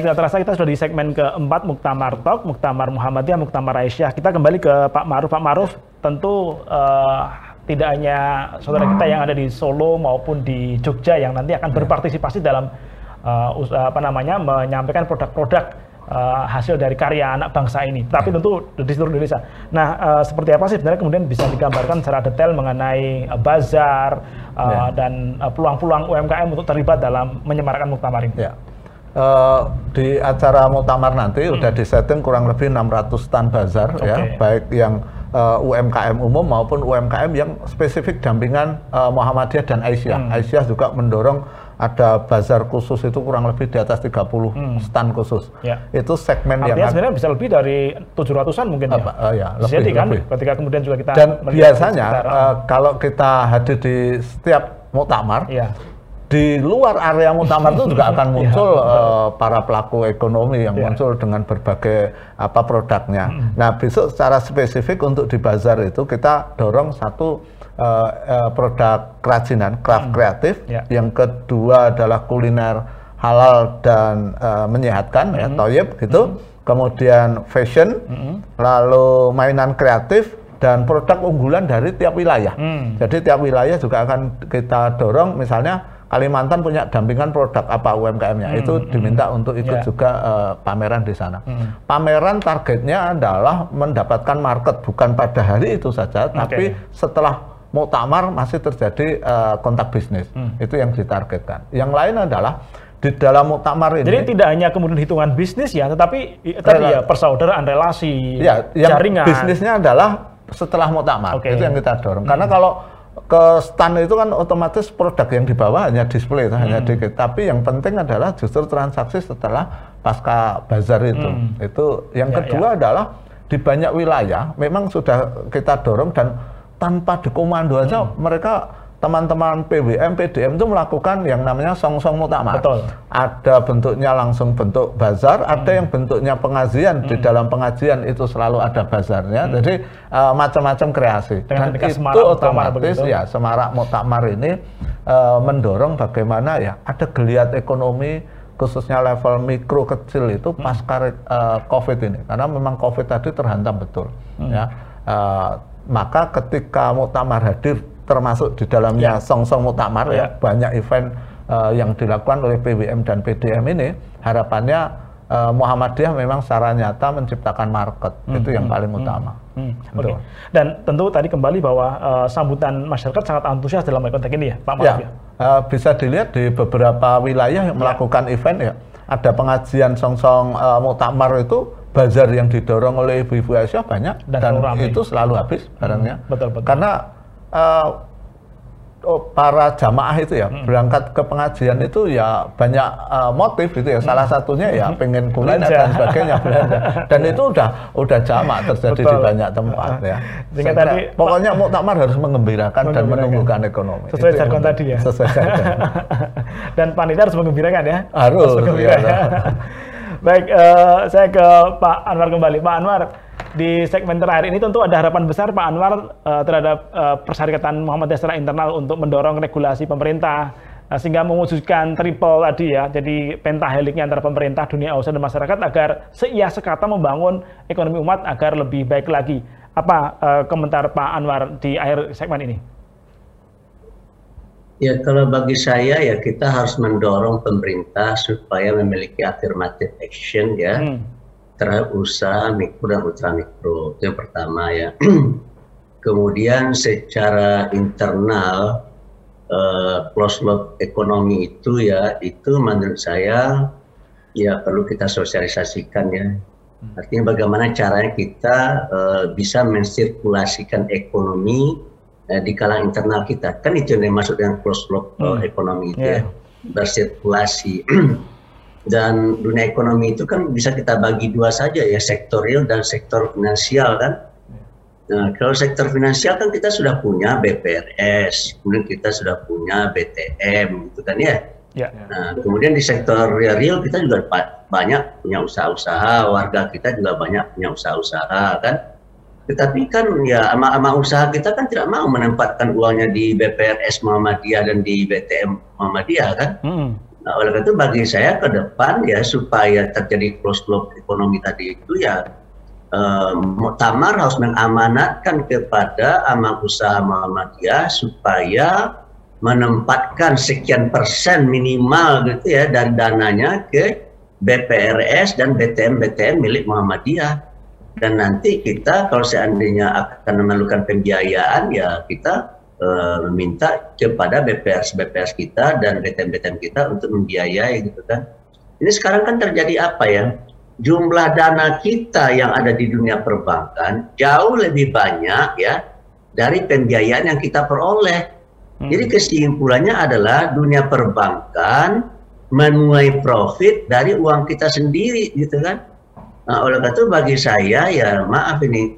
Baik, tidak terasa kita sudah di segmen keempat Muktamar Talk, Muktamar Muhammadiyah, Muktamar Aisyah. Kita kembali ke Pak Ma'ruf. Pak Ma'ruf, tentu tidak hanya saudara kita yang ada di Solo maupun di Jogja yang nanti akan berpartisipasi dalam menyampaikan produk-produk hasil dari karya anak bangsa ini, tapi tentu di seluruh Indonesia. Nah, seperti apa sih sebenarnya kemudian bisa digambarkan secara detail mengenai bazar dan peluang-peluang UMKM untuk terlibat dalam menyemarakkan muktamar ini? Ya. Di acara muktamar nanti udah disetting kurang lebih 600 stand bazar, ya, baik yang UMKM umum maupun UMKM yang spesifik dampingan Muhammadiyah dan Aisyah. Aisyah juga mendorong ada bazar khusus itu kurang lebih di atas 30 stand khusus. Itu segmen artinya yang sebenarnya bisa lebih dari 700-an mungkin ya. Jadi kan ketika kemudian juga kita dan biasanya kalau kita hadir di setiap muktamar, di luar area muktamar itu juga akan muncul para pelaku ekonomi yang muncul dengan berbagai produknya. Nah, besok secara spesifik untuk di bazar itu kita dorong satu produk kerajinan, craft kreatif. Yang kedua adalah kuliner halal dan menyehatkan, toyib gitu. Kemudian fashion, lalu mainan kreatif dan produk unggulan dari tiap wilayah. Jadi tiap wilayah juga akan kita dorong, misalnya Kalimantan punya dampingan produk apa UMKM-nya, itu diminta untuk ikut juga pameran di sana. Pameran targetnya adalah mendapatkan market bukan pada hari itu saja, tapi setelah muktamar masih terjadi kontak bisnis. Itu yang ditargetkan. Yang lain adalah di dalam muktamar ini. Jadi tidak hanya kemudian hitungan bisnis ya, tetapi tadi persaudaraan, relasi, jaringan. Bisnisnya adalah setelah muktamar. Itu yang kita dorong. Karena kalau ke stand itu kan otomatis produk yang dibawa hanya display, hanya dikit. Tapi yang penting adalah justru transaksi setelah pasca bazar itu. Itu yang kedua adalah di banyak wilayah memang sudah kita dorong dan tanpa dikomando aja mereka teman-teman PWM, PDM itu melakukan yang namanya song-song muktamar. Ada bentuknya langsung bentuk bazar, ada yang bentuknya pengajian. Di dalam pengajian itu selalu ada bazarnya. Jadi macam-macam kreasi. Dan itu otomatis ya semarak muktamar ini mendorong bagaimana ya ada geliat ekonomi khususnya level mikro kecil itu pasca COVID ini. Karena memang COVID tadi terhantam betul. Maka ketika muktamar hadir termasuk di dalamnya song-song muktamar banyak event yang dilakukan oleh PWM dan PDM ini, harapannya Muhammadiyah memang secara nyata menciptakan market. Itu yang paling utama. Dan tentu tadi kembali bahwa sambutan masyarakat sangat antusias dalam konteks ini ya Pak Ma'ruf ya? Bisa dilihat di beberapa wilayah yang melakukan event ada pengajian song-song muktamar itu, bazar yang didorong oleh ibu-ibu Aisyah banyak dan itu selalu habis barangnya. Karena para jamaah itu berangkat ke pengajian itu ya banyak motif gitu ya. Salah satunya ya pengen kuliner dan sebagainya, belanja. Dan itu udah jamak terjadi di banyak tempat ya. Tadi, pokoknya muktamar harus mengembirakan dan menumbuhkan ekonomi. Sesuai jargon tadi ya. Sesuai jargon. Dan panitia harus mengembirakan ya. Harus. Baik, saya ke Pak Anwar kembali. Pak Anwar, di segmen terakhir ini tentu ada harapan besar Pak Anwar terhadap Persyarikatan Muhammadiyah secara internal untuk mendorong regulasi pemerintah sehingga mewujudkan triple tadi ya, jadi pentaheliknya antara pemerintah, dunia usaha dan masyarakat agar seia sekata membangun ekonomi umat agar lebih baik lagi. Apa komentar Pak Anwar di akhir segmen ini? Ya, kalau bagi saya ya kita harus mendorong pemerintah supaya memiliki affirmative action ya terhadap usaha mikro dan ultramikro. Itu yang pertama ya. Kemudian secara internal closed loop ekonomi itu ya, itu menurut saya ya perlu kita sosialisasikan ya. Artinya bagaimana caranya kita bisa mensirkulasikan ekonomi di kalangan internal kita, kan itu yang dimaksud dengan closed loop ekonomi itu ya, bersirkulasi. Dan dunia ekonomi itu kan bisa kita bagi dua saja ya, sektor real dan sektor finansial kan. Nah, kalau sektor finansial kan kita sudah punya BPRS, kemudian kita sudah punya BTM gitu kan ya. Nah, kemudian di sektor real kita juga banyak punya usaha-usaha, warga kita juga banyak punya usaha-usaha kan. Tetapi kan ya ama-ama usaha kita kan tidak mau menempatkan uangnya di BPRS Muhammadiyah dan di BTM Muhammadiyah kan. Nah, oleh karena itu bagi saya ke depan ya supaya terjadi closed loop ekonomi tadi itu ya Muktamar harus mengamanatkan kepada amal usaha Muhammadiyah supaya menempatkan sekian persen minimal gitu ya dari dananya ke BPRS dan BTN milik Muhammadiyah. Dan nanti kita kalau seandainya akan memerlukan pembiayaan ya kita meminta kepada BPRS kita dan BTN kita untuk membiayai gitu kan. Ini sekarang kan terjadi apa ya? Jumlah dana kita yang ada di dunia perbankan jauh lebih banyak ya dari pembiayaan yang kita peroleh. Jadi kesimpulannya adalah dunia perbankan menuai profit dari uang kita sendiri gitu kan. Nah, oleh karena itu bagi saya ya maaf ini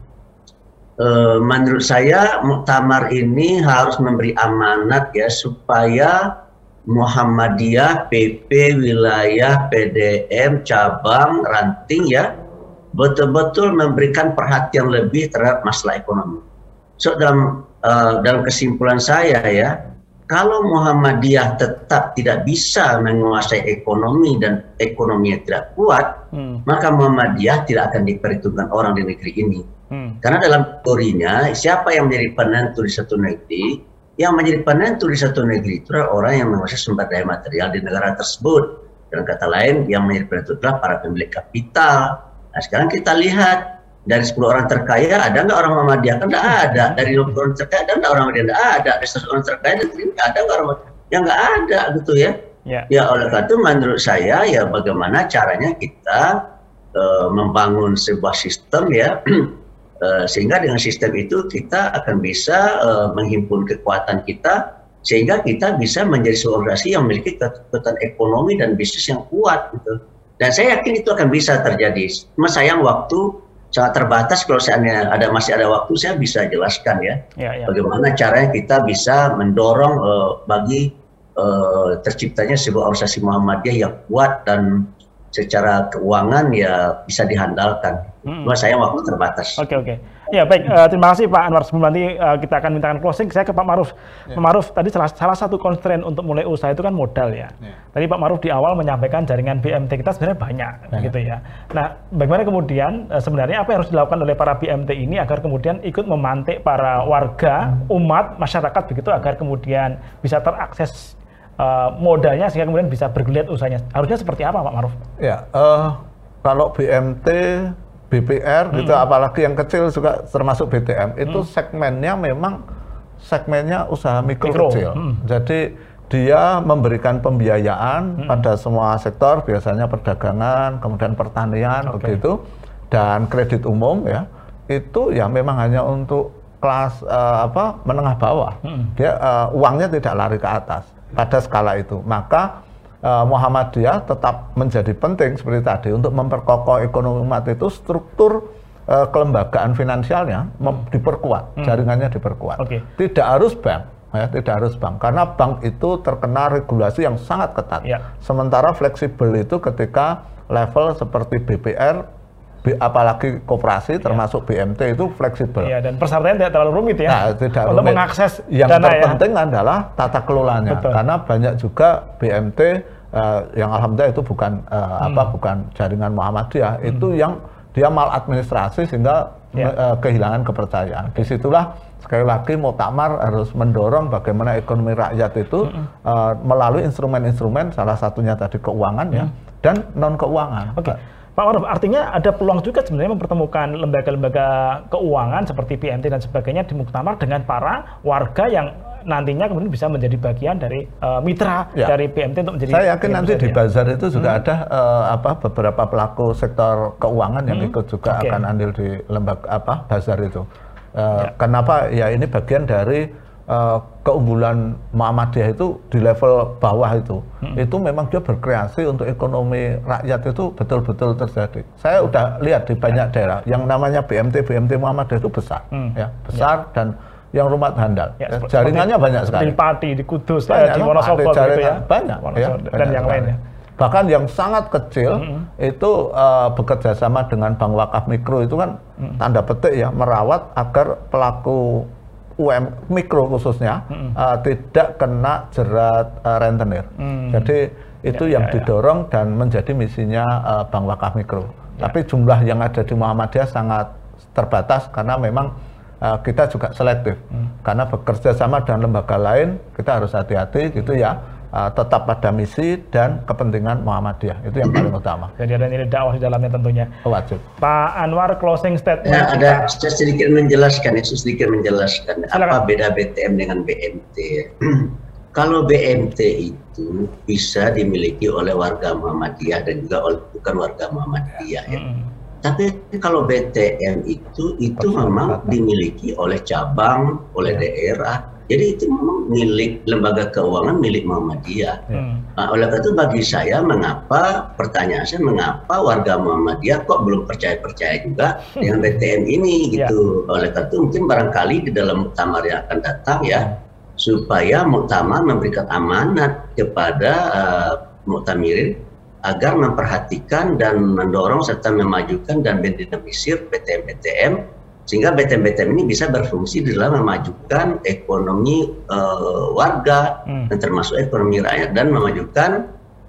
menurut saya muktamar ini harus memberi amanat ya supaya Muhammadiyah, PP, wilayah, PDM, cabang, ranting ya betul-betul memberikan perhatian lebih terhadap masalah ekonomi. So dalam kesimpulan saya ya, kalau Muhammadiyah tetap tidak bisa menguasai ekonomi dan ekonominya tidak kuat, maka Muhammadiyah tidak akan diperhitungkan orang di negeri ini. Karena dalam teorinya siapa yang menjadi penentu di satu negeri? Yang menjadi penentu di satu negeri itu adalah orang yang menguasai sumber daya material di negara tersebut. Dengan kata lain, yang menjadi penentu adalah para pemilik kapital. Nah, sekarang kita lihat, dari 10 orang terkaya, ada nggak orang Muhammadiyah? Kan nggak ada. Dari 20 orang terkaya, ada nggak orang Muhammadiyah? Nggak ada. Dari 100 orang terkaya, ada nggak orang Muhammadiyah? Ya nggak ada, gitu ya. Ya, oleh karena itu menurut saya, ya bagaimana caranya kita membangun sebuah sistem ya, sehingga dengan sistem itu kita akan bisa menghimpun kekuatan kita sehingga kita bisa menjadi sebuah organisasi yang memiliki kekuatan ekonomi dan bisnis yang kuat gitu. Dan saya yakin itu akan bisa terjadi. Cuma sayang waktu sangat terbatas. Kalau seandainya masih ada waktu saya bisa jelaskan ya, bagaimana caranya kita bisa mendorong bagi terciptanya sebuah organisasi Muhammadiyah yang kuat dan secara keuangan ya bisa dihandalkan. Cuma saya waktu terbatas. Oke. Ya baik, terima kasih Pak Anwar. Sebelum nanti kita akan mintakan closing, saya ke Pak Ma'ruf. Pak Ma'ruf, tadi salah satu constraint untuk mulai usaha itu kan modal ya. Tadi Pak Ma'ruf di awal menyampaikan jaringan BMT kita sebenarnya banyak gitu ya. Nah, bagaimana kemudian sebenarnya apa yang harus dilakukan oleh para BMT ini agar kemudian ikut memantik para warga, umat, masyarakat begitu agar kemudian bisa terakses modalnya sehingga kemudian bisa bergeliat usahanya. Harusnya seperti apa Pak Ma'ruf? Ya, kalau BMT, BPR gitu, apalagi yang kecil juga termasuk BTM, itu segmennya memang segmennya usaha mikro kecil. Jadi dia memberikan pembiayaan pada semua sektor, biasanya perdagangan, kemudian pertanian begitu, dan kredit umum ya. Itu ya memang hanya untuk kelas menengah bawah. Dia uangnya tidak lari ke atas pada skala itu. Maka Muhammadiyah tetap menjadi penting seperti tadi untuk memperkokoh ekonomi umat itu, struktur kelembagaan finansialnya diperkuat, jaringannya diperkuat. Tidak harus bank, ya, tidak harus bank, karena bank itu terkena regulasi yang sangat ketat. Sementara fleksibel itu ketika level seperti BPR, apalagi koperasi termasuk BMT itu fleksibel. Dan persyaratannya tidak terlalu rumit ya. Nah, tidak untuk rumit. Mengakses yang dana terpenting adalah tata kelolanya. Karena banyak juga BMT yang alhamdulillah itu bukan bukan jaringan Muhammadiyah, itu yang dia maladministrasi sehingga kehilangan kepercayaan. Disitulah sekali lagi Muktamar harus mendorong bagaimana ekonomi rakyat itu melalui instrumen-instrumen, salah satunya tadi keuangan ya, dan non keuangan. Pak Ma'ruf, artinya ada peluang juga sebenarnya mempertemukan lembaga-lembaga keuangan seperti BMT dan sebagainya di Muktamar dengan para warga yang nantinya kemudian bisa menjadi bagian dari mitra dari BMT untuk menjadi. Saya yakin nanti di bazar itu juga ada beberapa pelaku sektor keuangan yang ikut juga akan andil di lembaga bazar itu. Kenapa? Ya ini bagian dari keunggulan Muhammadiyah itu di level bawah itu memang dia berkreasi untuk ekonomi rakyat itu betul-betul terjadi. Saya udah lihat di banyak daerah yang namanya BMT Muhammadiyah itu besar, besar dan yang rumah handal. Jaringannya banyak sekali. Di Pati, di Kudus, di Wonosobo gitu ya. Banyak, dan yang lainnya. Bahkan yang sangat kecil itu bekerja sama dengan bank wakaf mikro itu kan tanda petik ya, merawat agar pelaku mikro khususnya tidak kena jerat rentenir. Jadi itu yang didorong dan menjadi misinya Bank Wakaf Mikro. Tapi jumlah yang ada di Muhammadiyah sangat terbatas karena memang kita juga selektif. Karena bekerja sama dengan lembaga lain kita harus hati-hati gitu ya. Tetap pada misi dan kepentingan Muhammadiyah, itu yang paling utama. Jadi ada nilai dakwah di dalamnya tentunya. Wajib. Pak Anwar, closing statement. Ya, ada sedikit menjelaskan, apa beda BTM dengan BMT. Kalau BMT itu bisa dimiliki oleh warga Muhammadiyah dan juga bukan warga Muhammadiyah. Ya. Tapi kalau BTM itu memang dimiliki oleh cabang, oleh daerah. Jadi itu memang milik lembaga keuangan milik Muhammadiyah. Nah, oleh karena itu bagi saya pertanyaan saya mengapa warga Muhammadiyah kok belum percaya juga dengan BTM ini gitu. Oleh karena itu mungkin barangkali di dalam muktamar yang akan datang ya, supaya muktamar memberikan amanat kepada muktamirin agar memperhatikan dan mendorong serta memajukan dan mendinamisir BTM-BTM sehingga BTM-BTM ini bisa berfungsi di dalam memajukan ekonomi warga dan termasuk ekonomi rakyat dan memajukan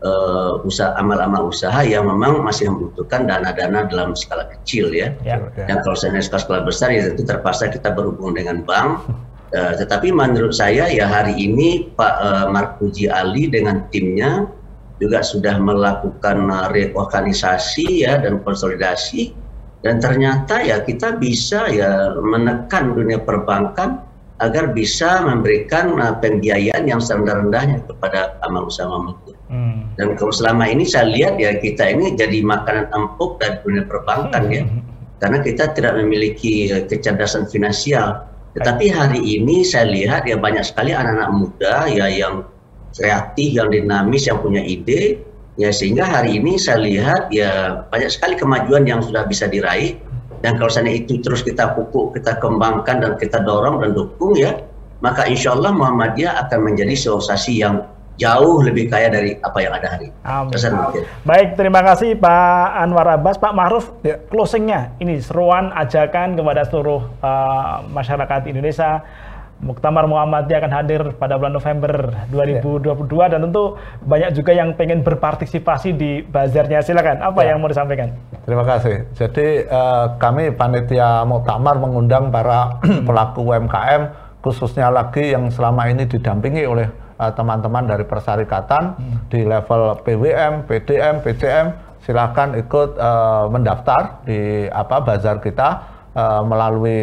amal-amal usaha yang memang masih membutuhkan dana-dana dalam skala kecil ya. Dan kalau saya skala besar ya tentu terpaksa kita berhubung dengan bank. Tetapi menurut saya ya hari ini Pak Markuji Ali dengan timnya juga sudah melakukan reorganisasi ya dan konsolidasi. Dan ternyata ya kita bisa ya menekan dunia perbankan agar bisa memberikan pembiayaan yang serendah-rendahnya kepada amal usaha Muhammadiyah. Dan kalau selama ini saya lihat ya kita ini jadi makanan empuk dari dunia perbankan ya. Karena kita tidak memiliki kecerdasan finansial. Tetapi hari ini saya lihat ya banyak sekali anak-anak muda ya yang kreatif, yang dinamis, yang punya ide. Ya sehingga hari ini saya lihat ya banyak sekali kemajuan yang sudah bisa diraih dan kalau seandainya itu terus kita pupuk, kita kembangkan dan kita dorong dan dukung ya, maka insya Allah Muhammadiyah akan menjadi organisasi yang jauh lebih kaya dari apa yang ada hari ini. Baik, terima kasih Pak Anwar Abbas. Pak Ma'ruf, closingnya ini seruan ajakan kepada seluruh masyarakat Indonesia. Muktamar Muhammadiyah akan hadir pada bulan November 2022 dan tentu banyak juga yang pengen berpartisipasi di bazarnya. Silakan, apa yang mau disampaikan? Terima kasih. Jadi kami panitia Muktamar mengundang para pelaku UMKM, khususnya lagi yang selama ini didampingi oleh teman-teman dari persyarikatan di level PWM, PDM, PCM. Silakan ikut mendaftar di bazar kita. Melalui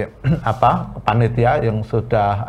panitia yang sudah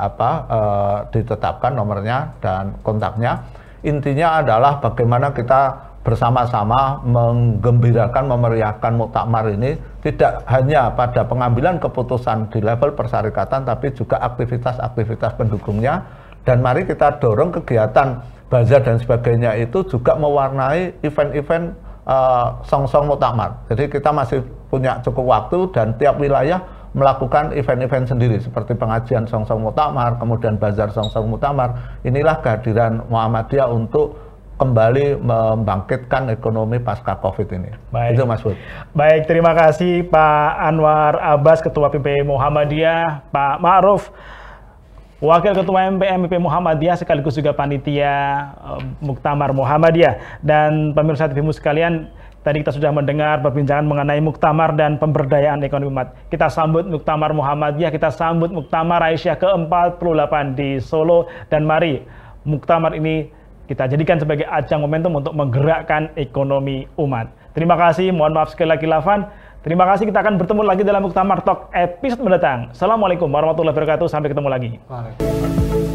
ditetapkan nomornya dan kontaknya. Intinya adalah bagaimana kita bersama-sama menggembirakan, memeriahkan muktamar ini tidak hanya pada pengambilan keputusan di level persyarikatan tapi juga aktivitas-aktivitas pendukungnya. Dan mari kita dorong kegiatan bazar dan sebagainya itu juga mewarnai event-event song-song muktamar. Jadi kita masih punya cukup waktu dan tiap wilayah melakukan event-event sendiri seperti pengajian song-song muktamar, kemudian bazar song-song muktamar. Inilah kehadiran Muhammadiyah untuk kembali membangkitkan ekonomi pasca Covid ini. Baik. Itu Mas Bud. Baik, terima kasih Pak Anwar Abbas, Ketua PPI Muhammadiyah, Pak Ma'ruf, Wakil Ketua MPM Muhammadiyah sekaligus juga panitia Muktamar Muhammadiyah. Dan pemirsa TVmu sekalian, tadi kita sudah mendengar perbincangan mengenai Muktamar dan pemberdayaan ekonomi umat. Kita sambut Muktamar Muhammadiyah, kita sambut Muktamar Aisyah ke-48 di Solo, dan mari Muktamar ini kita jadikan sebagai ajang momentum untuk menggerakkan ekonomi umat. Terima kasih, mohon maaf sekali lagi Lafan. Terima kasih, kita akan bertemu lagi dalam Muktamar Talk episode mendatang. Assalamualaikum warahmatullahi wabarakatuh, sampai ketemu lagi.